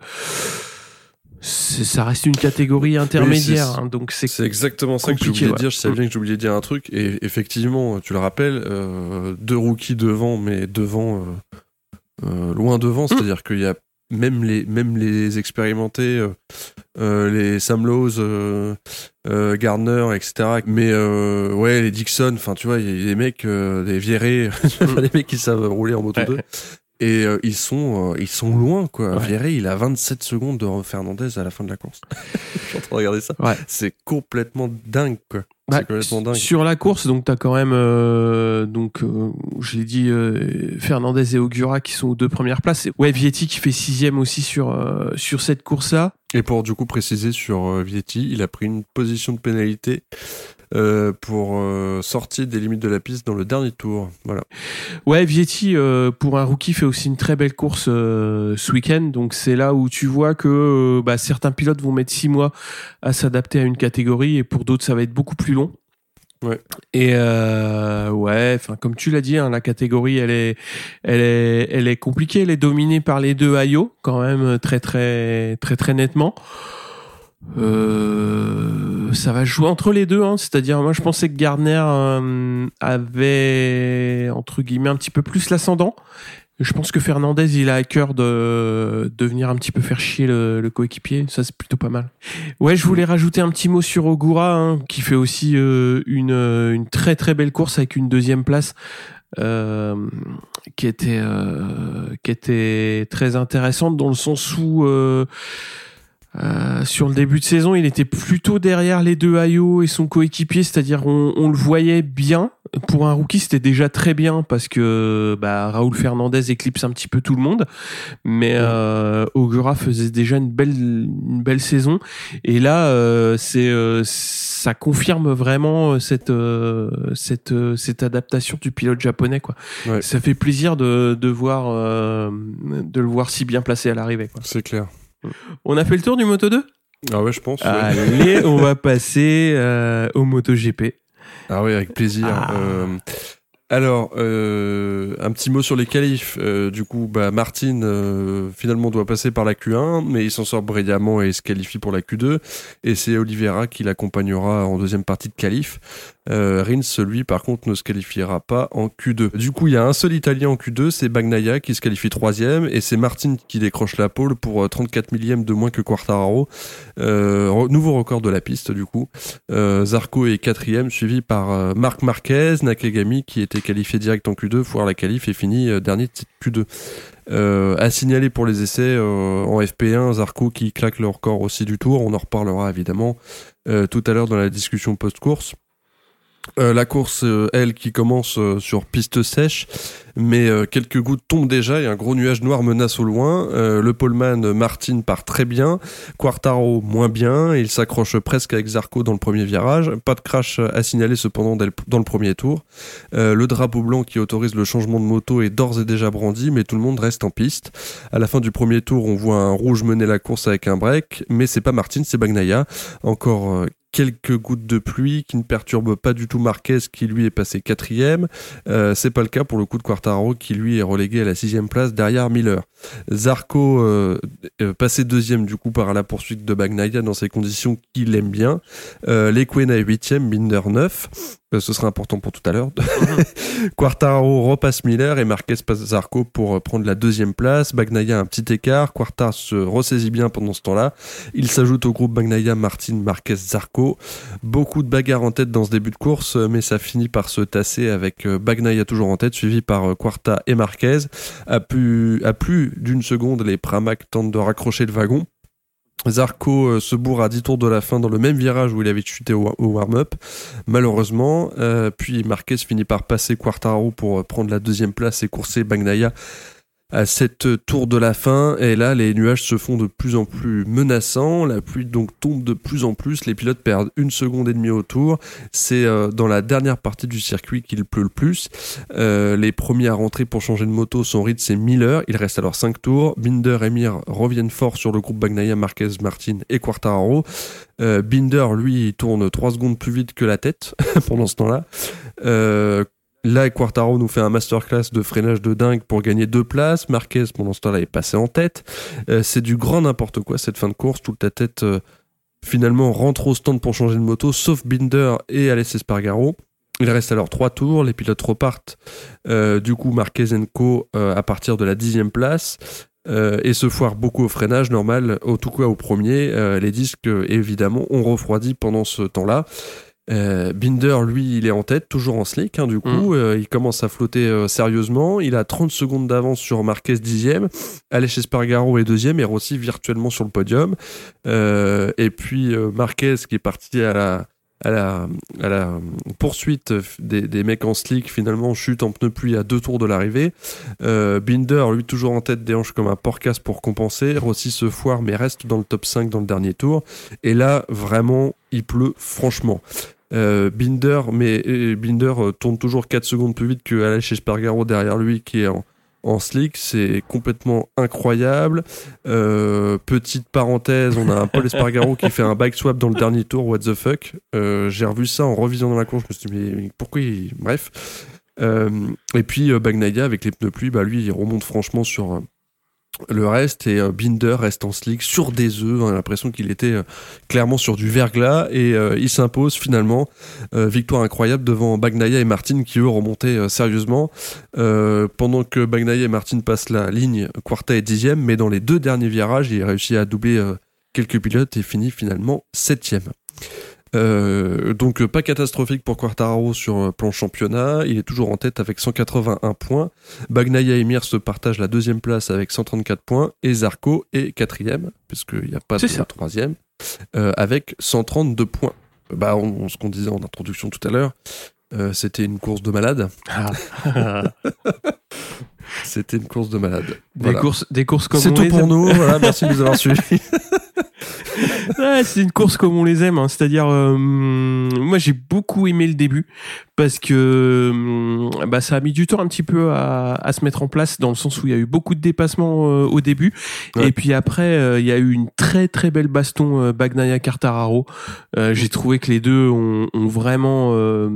ça reste une catégorie intermédiaire, oui, hein, donc c'est exactement ça que j'ai oublié de dire. Je savais bien que j'ai oublié de dire un truc, et effectivement, tu le rappelles, 2 rookies devant, mais devant, loin devant, c'est-à-dire qu'il y a même les expérimentés, les Sam Lowe, Gardner, etc. Mais ouais, les Dixon, enfin tu vois, il y a des mecs, des Vieré, des mecs qui savent rouler en Moto 2. Et ils sont loin, quoi. Ouais. Vieré, il a 27 secondes de Fernandez à la fin de la course. Je suis en train de regarder ça. Ouais. C'est complètement dingue, quoi. C'est complètement dingue. Sur la course, donc t'as quand même, je l'ai dit, Fernandez et Ogura qui sont aux 2 premières places. Et ouais, Vietti qui fait 6e aussi sur cette course-là. Et pour du coup préciser sur Vietti, il a pris une position de pénalité pour sortie des limites de la piste dans le dernier tour. Voilà. Ouais, Vietti, pour un rookie, fait aussi une très belle course ce week-end. Donc c'est là où tu vois que certains pilotes vont mettre 6 mois à s'adapter à une catégorie et pour d'autres ça va être beaucoup plus long. Ouais. Et ouais, enfin comme tu l'as dit, hein, la catégorie elle est compliquée, elle est dominée par les 2 Ayo quand même très très très très nettement. Ça va jouer entre les deux, hein. C'est-à-dire moi je pensais que Gardner avait entre guillemets un petit peu plus l'ascendant. Je pense que Fernandez il a à cœur de venir un petit peu faire chier le coéquipier, ça c'est plutôt pas mal. Ouais, je voulais rajouter un petit mot sur Ogura, hein, qui fait aussi une très très belle course avec une 2e place. Qui était très intéressante dans le sens où sur le début de saison, il était plutôt derrière les 2 Ayo et son coéquipier, c'est-à-dire on le voyait bien. Pour un rookie, c'était déjà très bien parce que Raúl Fernandez éclipse un petit peu tout le monde, mais Ogura faisait déjà une belle saison et là ça confirme vraiment cette adaptation du pilote japonais, quoi. Ouais. Ça fait plaisir de le voir si bien placé à l'arrivée, quoi. C'est clair. On a fait le tour du Moto 2 ? Ah ouais, je pense. Allez, on va passer au MotoGP. Ah oui, avec plaisir. Alors, un petit mot sur les qualifs. Du coup, Martin finalement doit passer par la Q1, mais il s'en sort brillamment et se qualifie pour la Q2. Et c'est Oliveira qui l'accompagnera en 2e partie de qualif. Rins, lui, par contre, ne se qualifiera pas en Q2. Du coup, il y a un seul Italien en Q2, c'est Bagnaia qui se qualifie 3e, et c'est Martin qui décroche la pole pour 34 millièmes de moins que Quartararo. Nouveau record de la piste, du coup. Zarco est 4e, suivi par Marc Marquez, Nakagami qui était qualifié direct en Q2, foire la qualif et finit dernier de cette Q2. À signaler pour les essais en FP1, Zarco qui claque le record aussi du tour. On en reparlera évidemment tout à l'heure dans la discussion post-course. La course, elle, qui commence sur piste sèche, mais quelques gouttes tombent déjà et un gros nuage noir menace au loin. Le poleman Martin part très bien, Quartaro moins bien, il s'accroche presque avec Zarco dans le premier virage. Pas de crash à signaler cependant dans le premier tour. Le drapeau blanc qui autorise le changement de moto est d'ores et déjà brandi, mais tout le monde reste en piste. À la fin du premier tour, on voit un rouge mener la course avec un break, mais c'est pas Martin, c'est Bagnaia. Encore quelques gouttes de pluie qui ne perturbent pas du tout Marquez qui lui est passé 4e. C'est pas le cas pour le coup de Quartaro qui lui est relégué à la 6e place derrière Miller. Zarco passé 2e du coup par la poursuite de Bagnaia dans ces conditions qu'il aime bien. Lequena est 8e, Binder 9. Ce sera important pour tout à l'heure. Quartaro repasse Miller et Marquez passe Zarco pour prendre la 2e place. Bagnaia a un petit écart. Quartaro se ressaisit bien pendant ce temps-là. Il s'ajoute au groupe Bagnaia, Martin, Marquez, Zarco. Beaucoup de bagarres en tête dans ce début de course, mais ça finit par se tasser avec Bagnaia toujours en tête, suivi par Quarta et Marquez. À plus d'une seconde, les Pramac tentent de raccrocher le wagon. Zarco se bourre à 10 tours de la fin dans le même virage où il avait chuté au warm-up, malheureusement. Puis Marquez finit par passer Quartaro pour prendre la 2e place et courser Bagnaia à 7 tours de la fin. Et là, les nuages se font de plus en plus menaçants. La pluie donc tombe de plus en plus. Les pilotes perdent 1 seconde et demie au tour. C'est dans la dernière partie du circuit qu'il pleut le plus. Les premiers à rentrer pour changer de moto sont Ritz et Miller. Il reste alors 5 tours. Binder et Mir reviennent fort sur le groupe Bagnaia, Marquez, Martin et Quartararo. Binder, lui, il tourne 3 secondes plus vite que la tête pendant ce temps-là. Là, Quartaro nous fait un masterclass de freinage de dingue pour gagner 2 places. Marquez, pendant ce temps-là, est passé en tête. C'est du grand n'importe quoi, cette fin de course. Toute la tête, finalement, rentre au stand pour changer de moto, sauf Binder et Aleix Espargaro. Il reste alors 3 tours. Les pilotes repartent. Du coup, Marquez & Co. À partir de la 10e place. Et se foire beaucoup au freinage, normal, au tout cas au premier. Les disques, évidemment, ont refroidi pendant ce temps-là. Binder, lui, il est en tête, toujours en slick, du coup, il commence à flotter sérieusement, il a 30 secondes d'avance sur Marquez 10e, Aleix Espargaro est 2e et Rossi virtuellement sur le podium, et puis Marquez qui est parti à la poursuite des mecs en slick, finalement chute en pneu pluie à 2 tours de l'arrivée. Binder, lui, toujours en tête, déhanche comme un porcasse pour compenser. Rossi se foire mais reste dans le top 5 dans le dernier tour, et là vraiment il pleut franchement. Binder tourne toujours 4 secondes plus vite que Aleix Espargaro derrière lui qui est en slick, c'est complètement incroyable. Petite parenthèse, on a un Paul Espargaro qui fait un bike swap dans le dernier tour, what the fuck. J'ai revu ça en revisant dans la course, je me suis dit mais pourquoi bref. Et puis Bagnaia avec les pneus pluie, lui il remonte franchement sur le reste, et Binder reste en slick sur des œufs. On a l'impression qu'il était clairement sur du verglas, et il s'impose finalement. Victoire incroyable devant Bagnaia et Martin qui eux remontaient sérieusement. Pendant que Bagnaia et Martin passent la ligne, Quarta est 10e, mais dans les 2 derniers virages il réussit à doubler quelques pilotes et finit finalement 7e. Donc pas catastrophique pour Quartararo sur plan championnat, il est toujours en tête avec 181 points. Bagnaia et Mir se partagent la 2e place avec 134 points, et Zarco est 4e puisqu'il n'y a pas de 3e avec 132 points. Ce qu'on disait en introduction tout à l'heure, c'était une course de malade. C'était une course de malade. Voilà. Des courses comme c'est on tout les pour aime. nous. Voilà, merci de nous avoir suivis. Ouais, c'est une course comme on les aime, c'est-à-dire moi j'ai beaucoup aimé le début parce que ça a mis du temps un petit peu à se mettre en place, dans le sens où il y a eu beaucoup de dépassements au début, et puis après il y a eu une très très belle baston Bagnaia-Quartararo. J'ai trouvé que les deux ont vraiment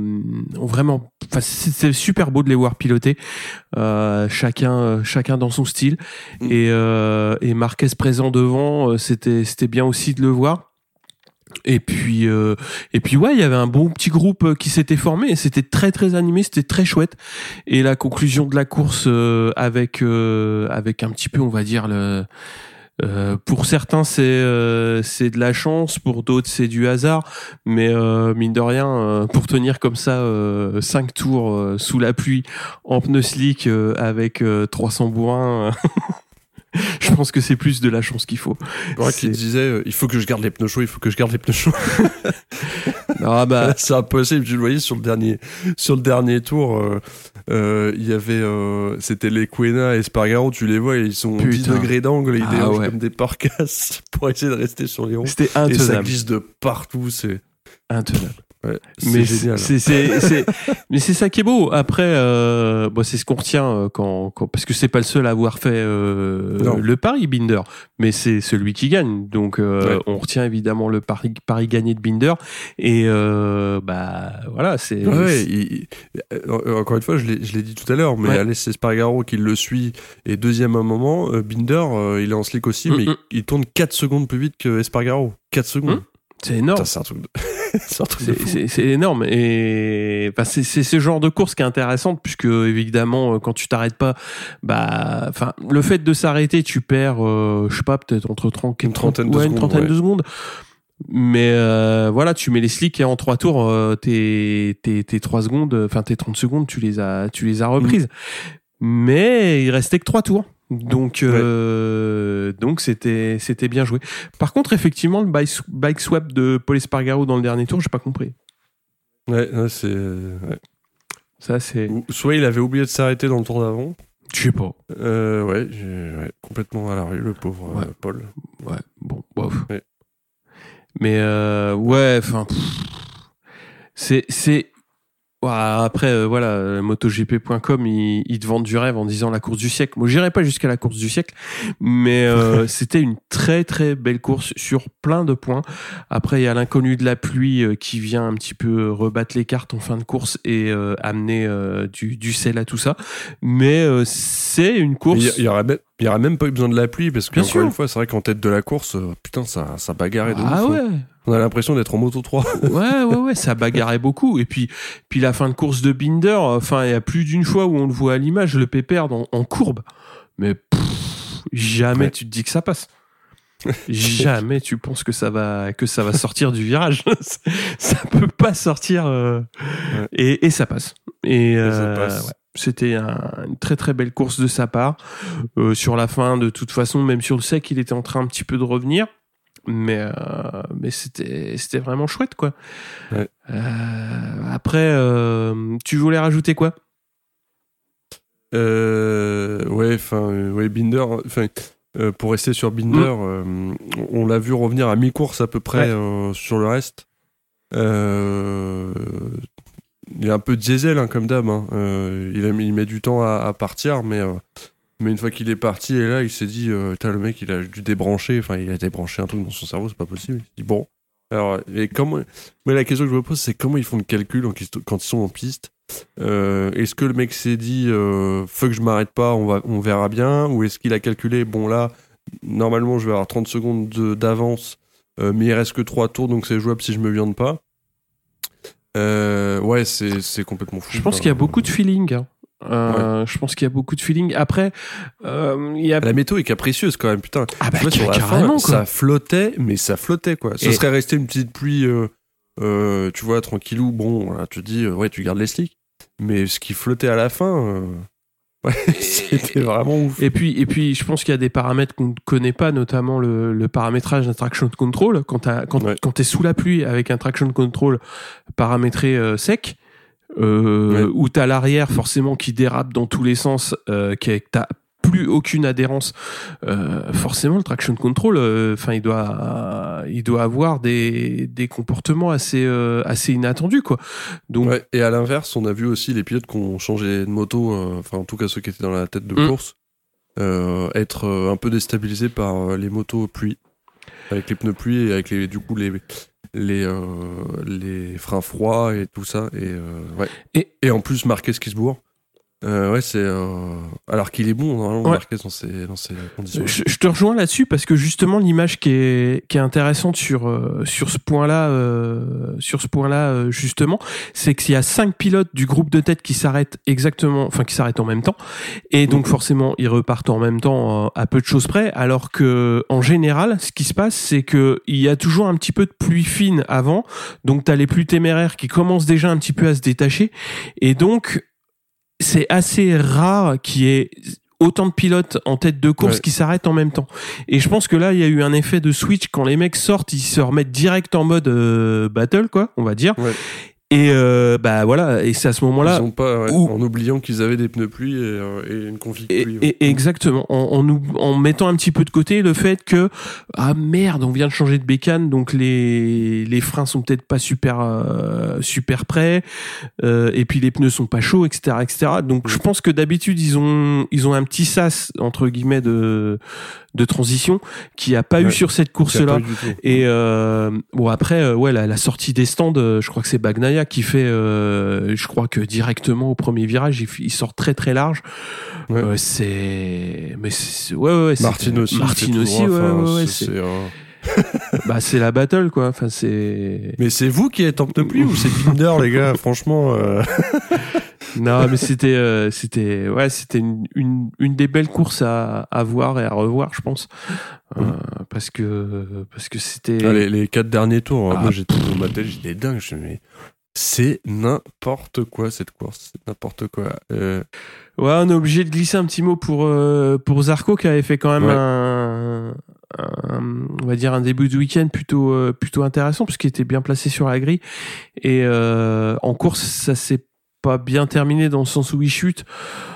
c'est super beau de les voir piloter, chacun dans son style, et Marquez présent devant, c'était bien aussi de le voir. Et puis ouais, il y avait un bon petit groupe qui s'était formé, et c'était très très animé, c'était très chouette. Et la conclusion de la course avec un petit peu, on va dire, pour certains c'est de la chance, pour d'autres c'est du hasard, mais mine de rien, pour tenir comme ça 5 tours sous la pluie en pneus slick avec 300 bourrins je pense que c'est plus de la chance qu'il faut. Qui disait il faut que je garde les pneus chauds, Ah bah, Là, c'est impossible. Tu le voyais sur le dernier tour. Il y avait, c'était les Quena et Espargaro. Tu les vois, ils sont 10 degrés d'angle, ils dérangent comme des porcasses pour essayer de rester sur les ronds. C'était intenable. Et ça intenable. glisse de partout. C'est Intenable. Ouais, Mais génial. mais c'est ça qui est beau. Après, bon, c'est ce qu'on retient parce que c'est pas le seul à avoir fait le pari Binder, mais c'est celui qui gagne. Donc, on retient évidemment le pari gagné de Binder. Et bah voilà, c'est. Ouais, encore une fois, je l'ai dit tout à l'heure, mais Alex Espargaro qui le suit et deuxième à un moment, Binder, il est en slick aussi, mais il tourne 4 secondes plus vite que Espargaro. 4 secondes. C'est énorme. Putain, c'est un truc de... c'est énorme. Et bah, c'est ce genre de course qui est intéressante, puisque évidemment, quand tu t'arrêtes pas, bah, enfin, le fait de s'arrêter, tu perds, je sais pas, peut-être entre 30 et une trentaine de secondes. Mais voilà, tu mets les slicks et en 3 tours, tes 3 secondes, enfin tes 30 secondes, tu les as reprises. Mais il restait que 3 tours. Donc c'était bien joué. Par contre, effectivement, le bike swap de Paul Espargaro dans le dernier tour, j'ai pas compris. Ouais, c'est. Ouais. Ça, c'est. Soit il avait oublié de s'arrêter dans le tour d'avant. Je sais pas. Ouais, complètement à la rue, le pauvre Paul. Ouais, bon, bof. Ouais. Mais ouais, enfin, c'est. Après, voilà, MotoGP.com, ils te vendent du rêve en disant la course du siècle. Moi, j'irai pas jusqu'à la course du siècle, mais c'était une très très belle course sur plein de points. Après, il y a l'inconnu de la pluie qui vient un petit peu rebattre les cartes en fin de course et amener du sel à tout ça. Mais c'est une course. Il y aurait même pas eu besoin de la pluie parce que encore une fois, c'est vrai qu'en tête de la course, putain, ça bagarrait de ouf. Ah ouais. On a l'impression d'être en Moto 3. ouais, ça bagarrait beaucoup. Et puis la fin de course de Binder, enfin, il y a plus d'une fois où on le voit à l'image, le pépère en courbe. Mais jamais tu te dis que ça passe. Jamais tu penses que ça va sortir du virage. Ça peut pas sortir. Et ça passe. Et ça passe. Ouais. C'était une très très belle course de sa part. Sur la fin, de toute façon, même sur le sec, il était en train un petit peu de revenir. Mais c'était vraiment chouette, quoi. Ouais. Après, tu voulais rajouter quoi? Binder. Pour rester sur Binder, on l'a vu revenir à mi-course à peu près sur le reste. Il est un peu diesel comme d'hab. Il met du temps à partir, mais une fois qu'il est parti, et là, il s'est dit, le mec, il a dû débrancher. Enfin, il a débranché un truc dans son cerveau, c'est pas possible. Il dit bon. Alors, et comment... Mais la question que je me pose, c'est comment ils font le calcul quand ils sont en piste. Est-ce que le mec s'est dit, faut que je m'arrête pas, on verra bien, ou est-ce qu'il a calculé, bon là, normalement, je vais avoir 30 secondes d'avance, mais il reste que 3 tours, donc c'est jouable si je me viande pas. Ouais, c'est complètement fou. Je pense qu'il y a beaucoup de feeling. Je pense qu'il y a beaucoup de feeling. Après, la météo est capricieuse quand même, putain. Ah bah, sur la fin, ça flottait, quoi. Ce serait resté une petite pluie, tu vois, tranquillou. Bon, voilà, tu te dis, tu gardes les slicks. Mais ce qui flottait à la fin, c'était vraiment ouf. Et puis, je pense qu'il y a des paramètres qu'on ne connaît pas, notamment le paramétrage d'un traction control. Quand t'es sous la pluie avec un traction control paramétré sec. Où t'as l'arrière forcément qui dérape dans tous les sens, que t'as plus aucune adhérence, forcément le traction control, il doit avoir des comportements assez inattendus, quoi. Donc et à l'inverse, on a vu aussi les pilotes qui ont changé de moto, en tout cas ceux qui étaient dans la tête de course, être un peu déstabilisés par les motos pluie, avec les pneus pluie et avec les freins froids et tout ça, et en plus Marquez qui se bourre. C'est alors qu'il est bon normalement, Marquez dans ces conditions. Je te rejoins là-dessus parce que justement l'image qui est intéressante sur ce point-là, justement, c'est qu'il y a 5 pilotes du groupe de tête qui s'arrêtent en même temps, et donc forcément ils repartent en même temps à peu de choses près, alors que en général ce qui se passe, c'est que il y a toujours un petit peu de pluie fine avant, donc t'as les plus téméraires qui commencent déjà un petit peu à se détacher, et donc c'est assez rare qu'il y ait autant de pilotes en tête de course qui s'arrêtent en même temps. Et je pense que là, il y a eu un effet de switch quand les mecs sortent, ils se remettent direct en mode battle, quoi, on va dire. Et voilà, et c'est à ce moment-là ils ont pas, en oubliant qu'ils avaient des pneus pluie et une config pluie. Et exactement, en mettant un petit peu de côté le fait que merde, on vient de changer de bécane, donc les freins sont peut-être pas super prêts, et puis les pneus sont pas chauds, etc. Donc je pense que d'habitude ils ont un petit sas entre guillemets de transition qui a pas eu sur cette course-là. Et bon après la sortie des stands, je crois que c'est Bagnaia qui fait je crois que directement au premier virage il sort très très large. C'est Martin aussi c'est la battle quoi. Enfin c'est. Mais c'est vous qui êtes en pneu pluie ou c'est Binder les gars, franchement. Non, mais c'était une des belles courses à voir et à revoir, je pense, parce que c'était les 4 derniers tours. Moi j'étais dans ma tête, j'étais dingue. C'est n'importe quoi cette course, c'est n'importe quoi. Ouais, on est obligé de glisser un petit mot pour Zarco qui avait fait quand même on va dire un début de week-end plutôt intéressant puisqu'il était bien placé sur la grille et en course ça s'est pas bien terminé dans le sens où il chute.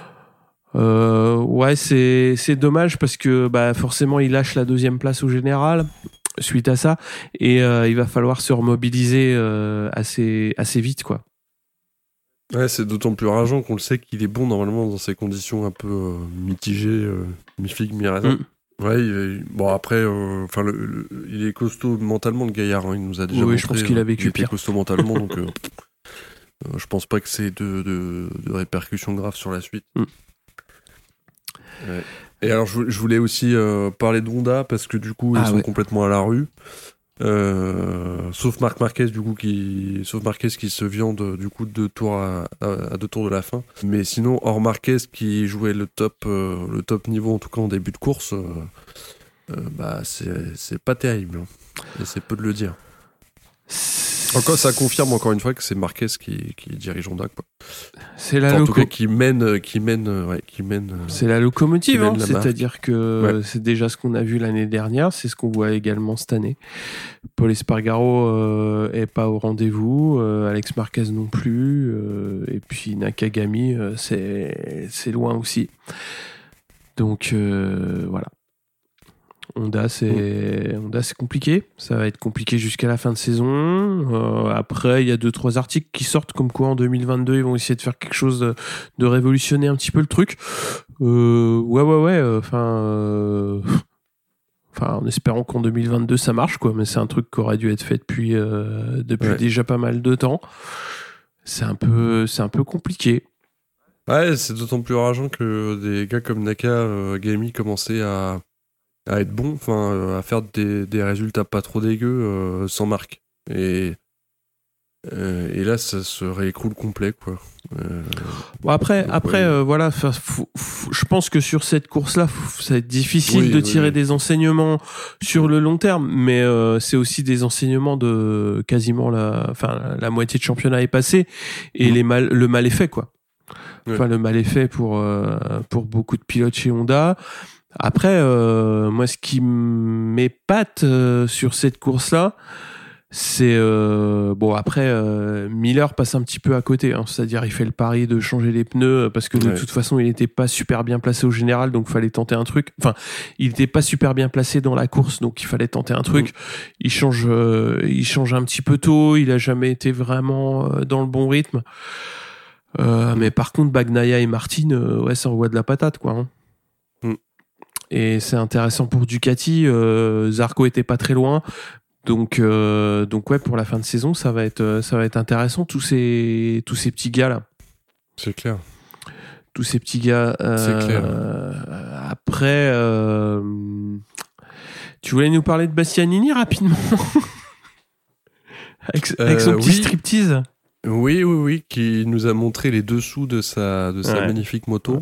C'est dommage parce que forcément il lâche la 2e place au général suite à ça et il va falloir se remobiliser assez vite quoi. Ouais, c'est d'autant plus rageant qu'on le sait qu'il est bon normalement dans ces conditions un peu mitigées, mi-figue, mi-raisin. Bon après, il est costaud mentalement le gaillard. Il nous a déjà montré. Je pense qu'il a vécu pire. Costaud mentalement, donc je pense pas que c'est de répercussions graves sur la suite. Et alors je voulais aussi parler de Honda parce que du coup ils sont complètement à la rue. Sauf Marc Marquez qui se viande du coup 2 tours à 2 tours de la fin, mais sinon hors Marquez qui jouait le top niveau en tout cas en début de course, c'est pas terrible et c'est peu de le dire. Encore ça confirme encore une fois que c'est Marquez qui dirige Honda quoi. C'est la qui mène. C'est la locomotive, c'est-à-dire que c'est déjà ce qu'on a vu l'année dernière, c'est ce qu'on voit également cette année. Paul Espargaro est pas au rendez-vous, Alex Marquez non plus, et puis Nakagami c'est loin aussi. Donc voilà. Honda c'est compliqué, ça va être compliqué jusqu'à la fin de saison. Après il y a 2-3 articles qui sortent comme quoi en 2022 ils vont essayer de faire quelque chose de révolutionner un petit peu le truc. En espérant qu'en 2022 ça marche quoi, mais c'est un truc qui aurait dû être fait depuis déjà pas mal de temps. C'est un peu compliqué. Ouais, c'est d'autant plus rageant que des gars comme Nakagami commençaient à être bon, à faire des résultats pas trop dégueux sans marque. Et là, ça se réécroule complet, quoi. Après, je pense que sur cette course-là, ça va être difficile de tirer des enseignements sur le long terme, mais c'est aussi des enseignements de quasiment la moitié de championnat est passé et le mal est fait, quoi. Le mal est fait pour beaucoup de pilotes chez Honda. Après, moi, ce qui m'épate sur cette course-là, c'est Miller passe un petit peu à côté, c'est-à-dire il fait le pari de changer les pneus parce que de toute façon il n'était pas super bien placé au général, donc fallait tenter un truc. Enfin, il n'était pas super bien placé dans la course, donc il fallait tenter un truc. Il change un petit peu tôt, il a jamais été vraiment dans le bon rythme. Mais par contre, Bagnaia et Martin, ça envoie de la patate, quoi. Et c'est intéressant pour Ducati. Zarco était pas très loin, donc pour la fin de saison, ça va être intéressant. Tous ces petits gars là. C'est clair. Tous ces petits gars. C'est clair. Après, tu voulais nous parler de Bastianini rapidement avec son petit striptease. Oui, qui nous a montré les dessous de sa magnifique moto.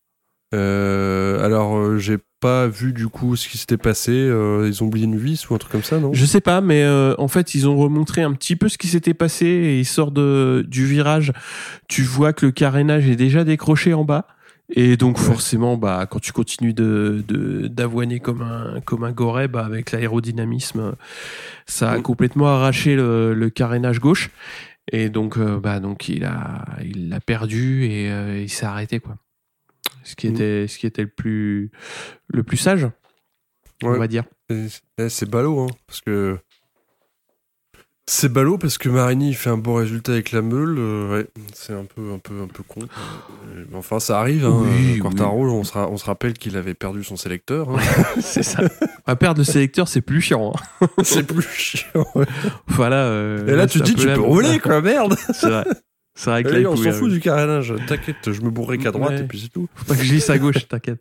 Alors, j'ai pas vu du coup ce qui s'était passé. Ils ont oublié une vis ou un truc comme ça, non ? Je sais pas, mais en fait, ils ont remontré un petit peu ce qui s'était passé et il sort du virage. Tu vois que le carénage est déjà décroché en bas Et donc forcément, quand tu continues d'avoiner comme un goret, avec l'aérodynamisme, ça a complètement arraché le carénage gauche. Et donc il l'a perdu et il s'est arrêté, quoi. Ce qui était le plus sage, on va dire. C'est ballot, hein, parce que c'est ballot parce que Marini il fait un bon résultat avec la meule. Ouais, c'est un peu con. Mais enfin, ça arrive. Hein. Oui, Quartaro, on se rappelle qu'il avait perdu son sélecteur. Hein. C'est ça. Perdre le sélecteur, c'est plus chiant. Hein. C'est plus chiant. Ouais. Voilà. Et là, tu te dis, tu peux rouler, quoi, merde. C'est vrai. C'est vrai que là, on s'en fout du carénage. T'inquiète, je me bourrerai qu'à droite et puis c'est tout. Faut pas que je glisse à gauche, t'inquiète.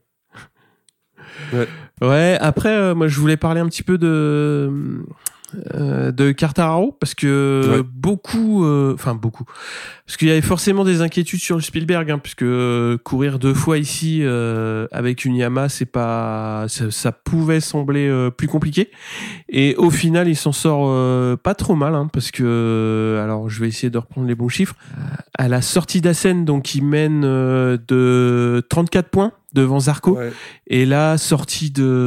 Ouais, après, moi, je voulais parler un petit peu de Quartararo parce que beaucoup, parce qu'il y avait forcément des inquiétudes sur le Spielberg, hein, puisque courir 2 fois ici avec une Yamaha, ça pouvait sembler plus compliqué. Et au final, il s'en sort pas trop mal, hein, parce que, alors, je vais essayer de reprendre les bons chiffres. À la sortie d'Assen, donc, il mène de 34 points devant Zarco. Ouais. Et là, sortie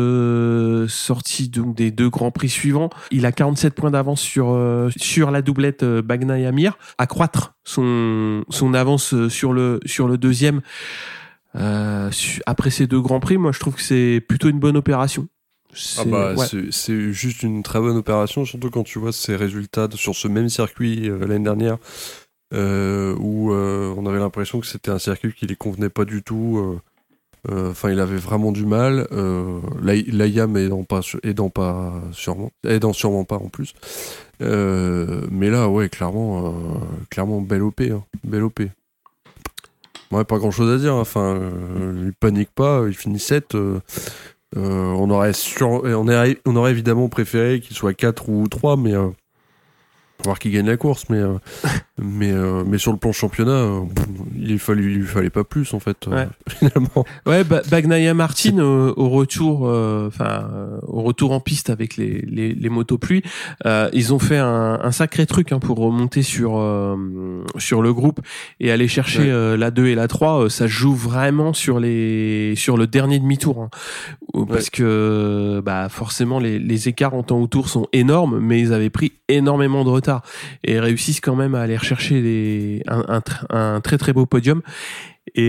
donc des 2 grands prix suivants, il a 47 points d'avance sur la doublette Bagnaia-Mir, accroître son avance sur le deuxième après ces 2 grands prix. Moi, je trouve que c'est plutôt une bonne opération. C'est juste une très bonne opération, surtout quand tu vois ses résultats sur ce même circuit l'année dernière, où on avait l'impression que c'était un circuit qui les convenait pas du tout. Enfin, il avait vraiment du mal. La YAM aidant sûrement pas en plus. Mais là, ouais, clairement, belle OP, hein, belle OP. Ouais, pas grand chose à dire. Enfin, il panique pas, il finit 7. On aurait évidemment préféré qu'il soit 4 ou 3, mais voir qui gagne la course, mais sur le plan championnat, il fallait pas plus en fait, finalement. Ouais, Bagnaia Martin au retour en piste avec les motos pluie, ils ont fait un sacré truc, hein, pour remonter sur le groupe et aller chercher la 2 et la 3. Ça joue vraiment sur le dernier demi-tour, hein, parce que forcément les écarts en temps autour sont énormes, mais ils avaient pris énormément de retard et réussissent quand même à aller rechercher un très très beau podium. Et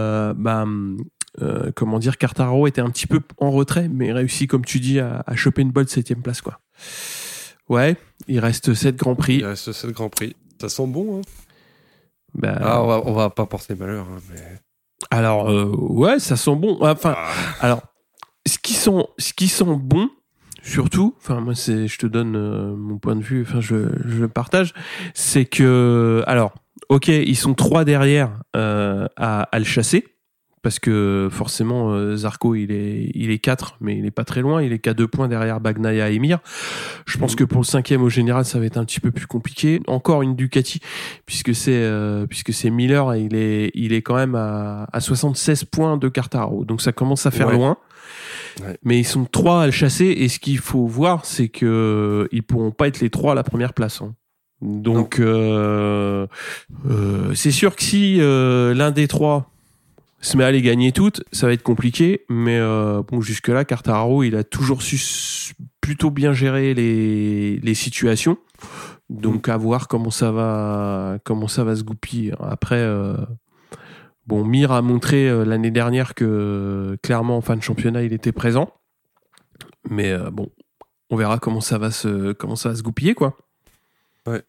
Quartaro était un petit peu en retrait, mais réussit, comme tu dis, à choper une bonne 7e place, quoi. Ouais, il reste 7 Grands Prix. Ça sent bon, hein. On va pas porter malheur, hein, mais... Alors, ça sent bon. Enfin, alors, ce qui sent bon, surtout, enfin moi je te donne mon point de vue, enfin je le partage, c'est que, alors, ok, ils sont 3 derrière à le chasser, parce que forcément Zarco il est 4, mais il est pas très loin, il est qu'à 2 points derrière Bagnaia et Mir. Je pense que pour le 5e au général ça va être un petit peu plus compliqué. Encore une Ducati, puisque c'est Miller, et il est quand même à 76 points de Quartaro, donc ça commence à faire loin. Ouais. Mais ils sont 3 à le chasser, et ce qu'il faut voir, c'est que ils pourront pas être les 3 à la première place, hein. Donc c'est sûr que si l'un des 3 se met à les gagner toutes, ça va être compliqué, mais jusque là Quartararo il a toujours su plutôt bien gérer les situations, donc à voir comment ça va se goupiller après. Mir a montré l'année dernière que clairement en fin de championnat il était présent, mais on verra comment ça va se goupiller, quoi. Ouais.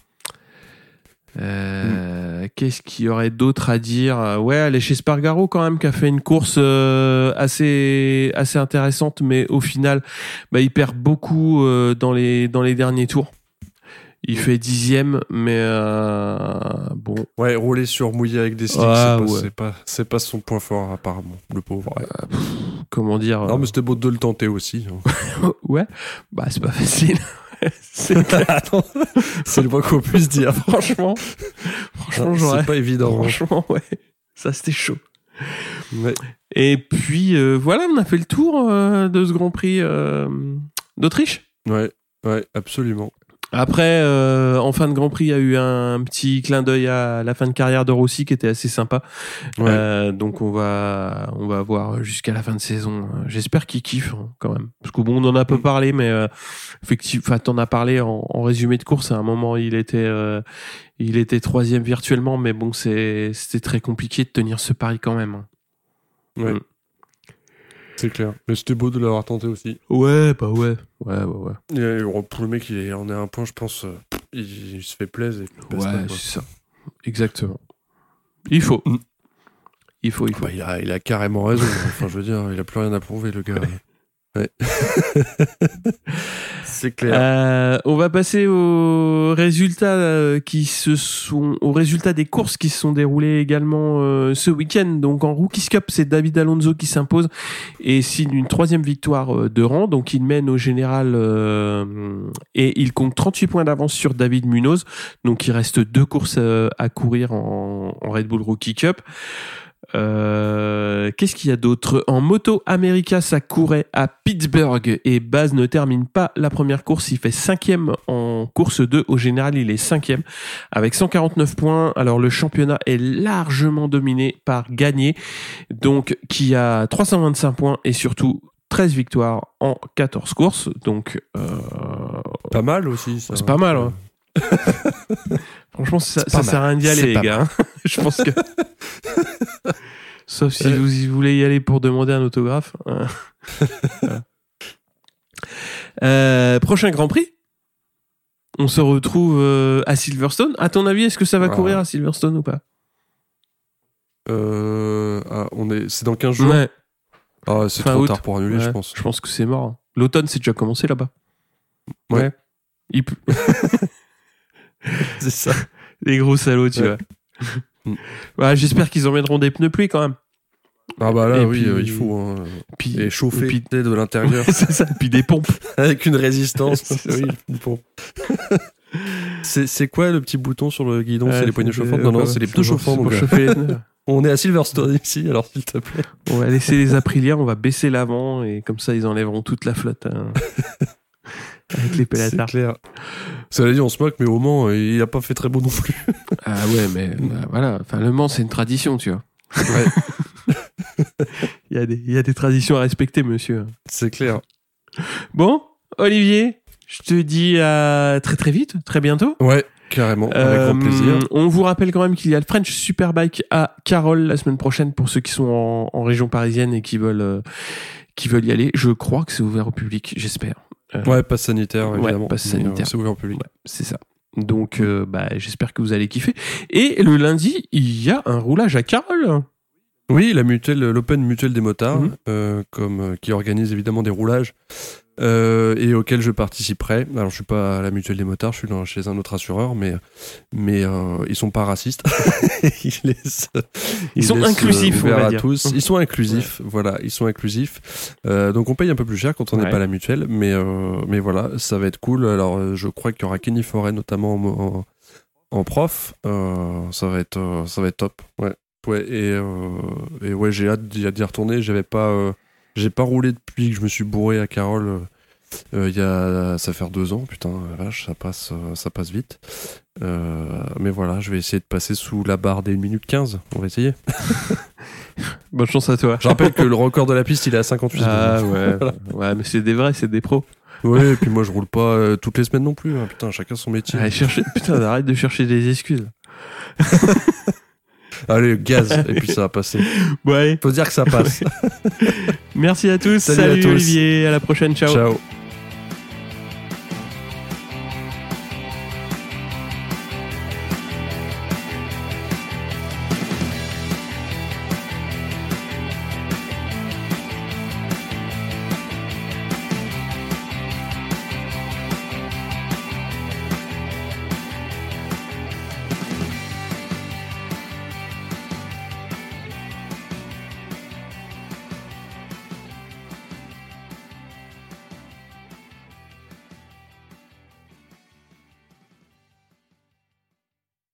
Qu'est-ce qu'il y aurait d'autre à dire? Ouais, aller chez Spargaro quand même, qui a fait une course assez intéressante, mais au final il perd beaucoup dans les derniers tours. Il fait 10e, mais bon. Ouais, rouler sur mouillé avec des slicks, c'est pas son point fort, apparemment, le pauvre. Ouais. Comment dire? Non, mais c'était beau de le tenter aussi. Ouais, c'est pas facile. C'est le moins qu'on puisse dire. Franchement, c'est pas évident. Franchement, ouais. Ça, c'était chaud. Ouais. Et puis, voilà, on a fait le tour de ce Grand Prix d'Autriche. Ouais, absolument. Après, en fin de Grand Prix, il y a eu un petit clin d'œil à la fin de carrière de Rossi qui était assez sympa. Ouais. Donc on va voir jusqu'à la fin de saison. J'espère qu'il kiffe quand même. Parce que bon, on en a peu parlé, mais effectivement, enfin, t'en as parlé en résumé de course. À un moment, il était 3e virtuellement, mais bon, c'était très compliqué de tenir ce pari quand même. Ouais. C'est clair. Mais c'était beau de l'avoir tenté aussi. Ouais, bah ouais. Ouais. Et pour le mec, il en est à un point, je pense, il se fait plaisir. Ouais, c'est ça. Exactement. Il faut. Bah, il a carrément raison. Enfin, je veux dire, il a plus rien à prouver, le gars. Ouais. C'est clair. On va passer aux résultats aux résultats des courses qui se sont déroulées également ce week-end. Donc en Rookies Cup, c'est David Alonso qui s'impose et signe une 3e victoire de rang. Donc il mène au général et il compte 38 points d'avance sur David Munoz. Donc il reste 2 courses à courir en Red Bull Rookie Cup. Qu'est-ce qu'il y a d'autre? En Moto America, ça courait à Pittsburgh et Baz ne termine pas la première course. Il fait 5e en course 2. Au général, il est 5e avec 149 points. Alors, le championnat est largement dominé par Gagné, donc qui a 325 points et surtout 13 victoires en 14 courses. Donc, pas mal aussi. Ça. C'est pas mal, hein. Franchement, ça sert à rien d'y aller, les gars. Je pense que. Sauf si vous voulez y aller pour demander un autographe. Prochain Grand Prix. On se retrouve à Silverstone. À ton avis, est-ce que ça va courir à Silverstone ou pas? C'est dans 15 jours. Ouais. C'est trop tard pour annuler, je pense. Je pense que c'est mort. L'automne, c'est déjà commencé là-bas. Ouais. C'est ça. Les gros salauds, tu vois. Ouais, j'espère qu'ils emmèneront des pneus pluie quand même. Ah bah là, puis, il faut. Hein. Et chauffer de l'intérieur. C'est ça. Puis des pompes. Avec une résistance. Oui, une pompe. C'est quoi le petit bouton sur le guidon? C'est les poignées chauffantes? Non, c'est les pneus chauffants. Pour chauffer les pneus. On est à Silverstone ici, alors s'il te plaît. On va laisser les Aprilia, on va baisser l'avant et comme ça ils enlèveront toute la flotte. Avec les pélatards. C'est clair. Ça l'a dit, on se moque, mais au Mans, il a pas fait très beau non plus. Ah ouais, mais voilà. Enfin, le Mans, c'est une tradition, tu vois. Ouais. Il y a des traditions à respecter, monsieur. C'est clair. Bon, Olivier, je te dis à très très vite, très bientôt. Ouais, carrément, avec grand plaisir. On vous rappelle quand même qu'il y a le French Superbike à Carole la semaine prochaine pour ceux qui sont en région parisienne et qui veulent y aller. Je crois que c'est ouvert au public, j'espère. Ouais, passe sanitaire, évidemment. Ouais, passe sanitaire. C'est ouvert au public. Ouais, c'est ça. Donc, j'espère que vous allez kiffer. Et le lundi, il y a un roulage à Carole. Oui, l'Open Mutuelle des motards, qui organise évidemment des roulages et auquel je participerai. Alors, je suis pas à la Mutuelle des motards, je suis chez un autre assureur, mais ils sont pas racistes. Ils sont inclusifs, on va dire. Tous. Ils sont inclusifs, voilà, ils sont inclusifs. Donc, on paye un peu plus cher quand on n'est pas à la Mutuelle, mais voilà, ça va être cool. Alors, je crois qu'il y aura Kenny Forêt notamment en prof. Ça va être top. Ouais. Ouais, et ouais, j'ai hâte d'y retourner. J'ai pas roulé depuis que je me suis bourré à Carole. Ça fait 2 ans, putain, la vache, ça passe vite. Mais voilà, je vais essayer de passer sous la barre des 1 minute 15. On va essayer. Bonne chance à toi. Je rappelle que le record de la piste, il est à 58 secondes. Ah ouais, voilà. Ouais, mais c'est des vrais, c'est des pros. Ouais, et puis moi, je roule pas toutes les semaines non plus. Hein. Putain, chacun son métier. Putain, arrête de chercher des excuses. Allez, gaz, et puis ça va passer. Bon, allez. Faut dire que ça passe. Merci à tous. Salut à tous. Olivier, à la prochaine. Ciao. Ciao.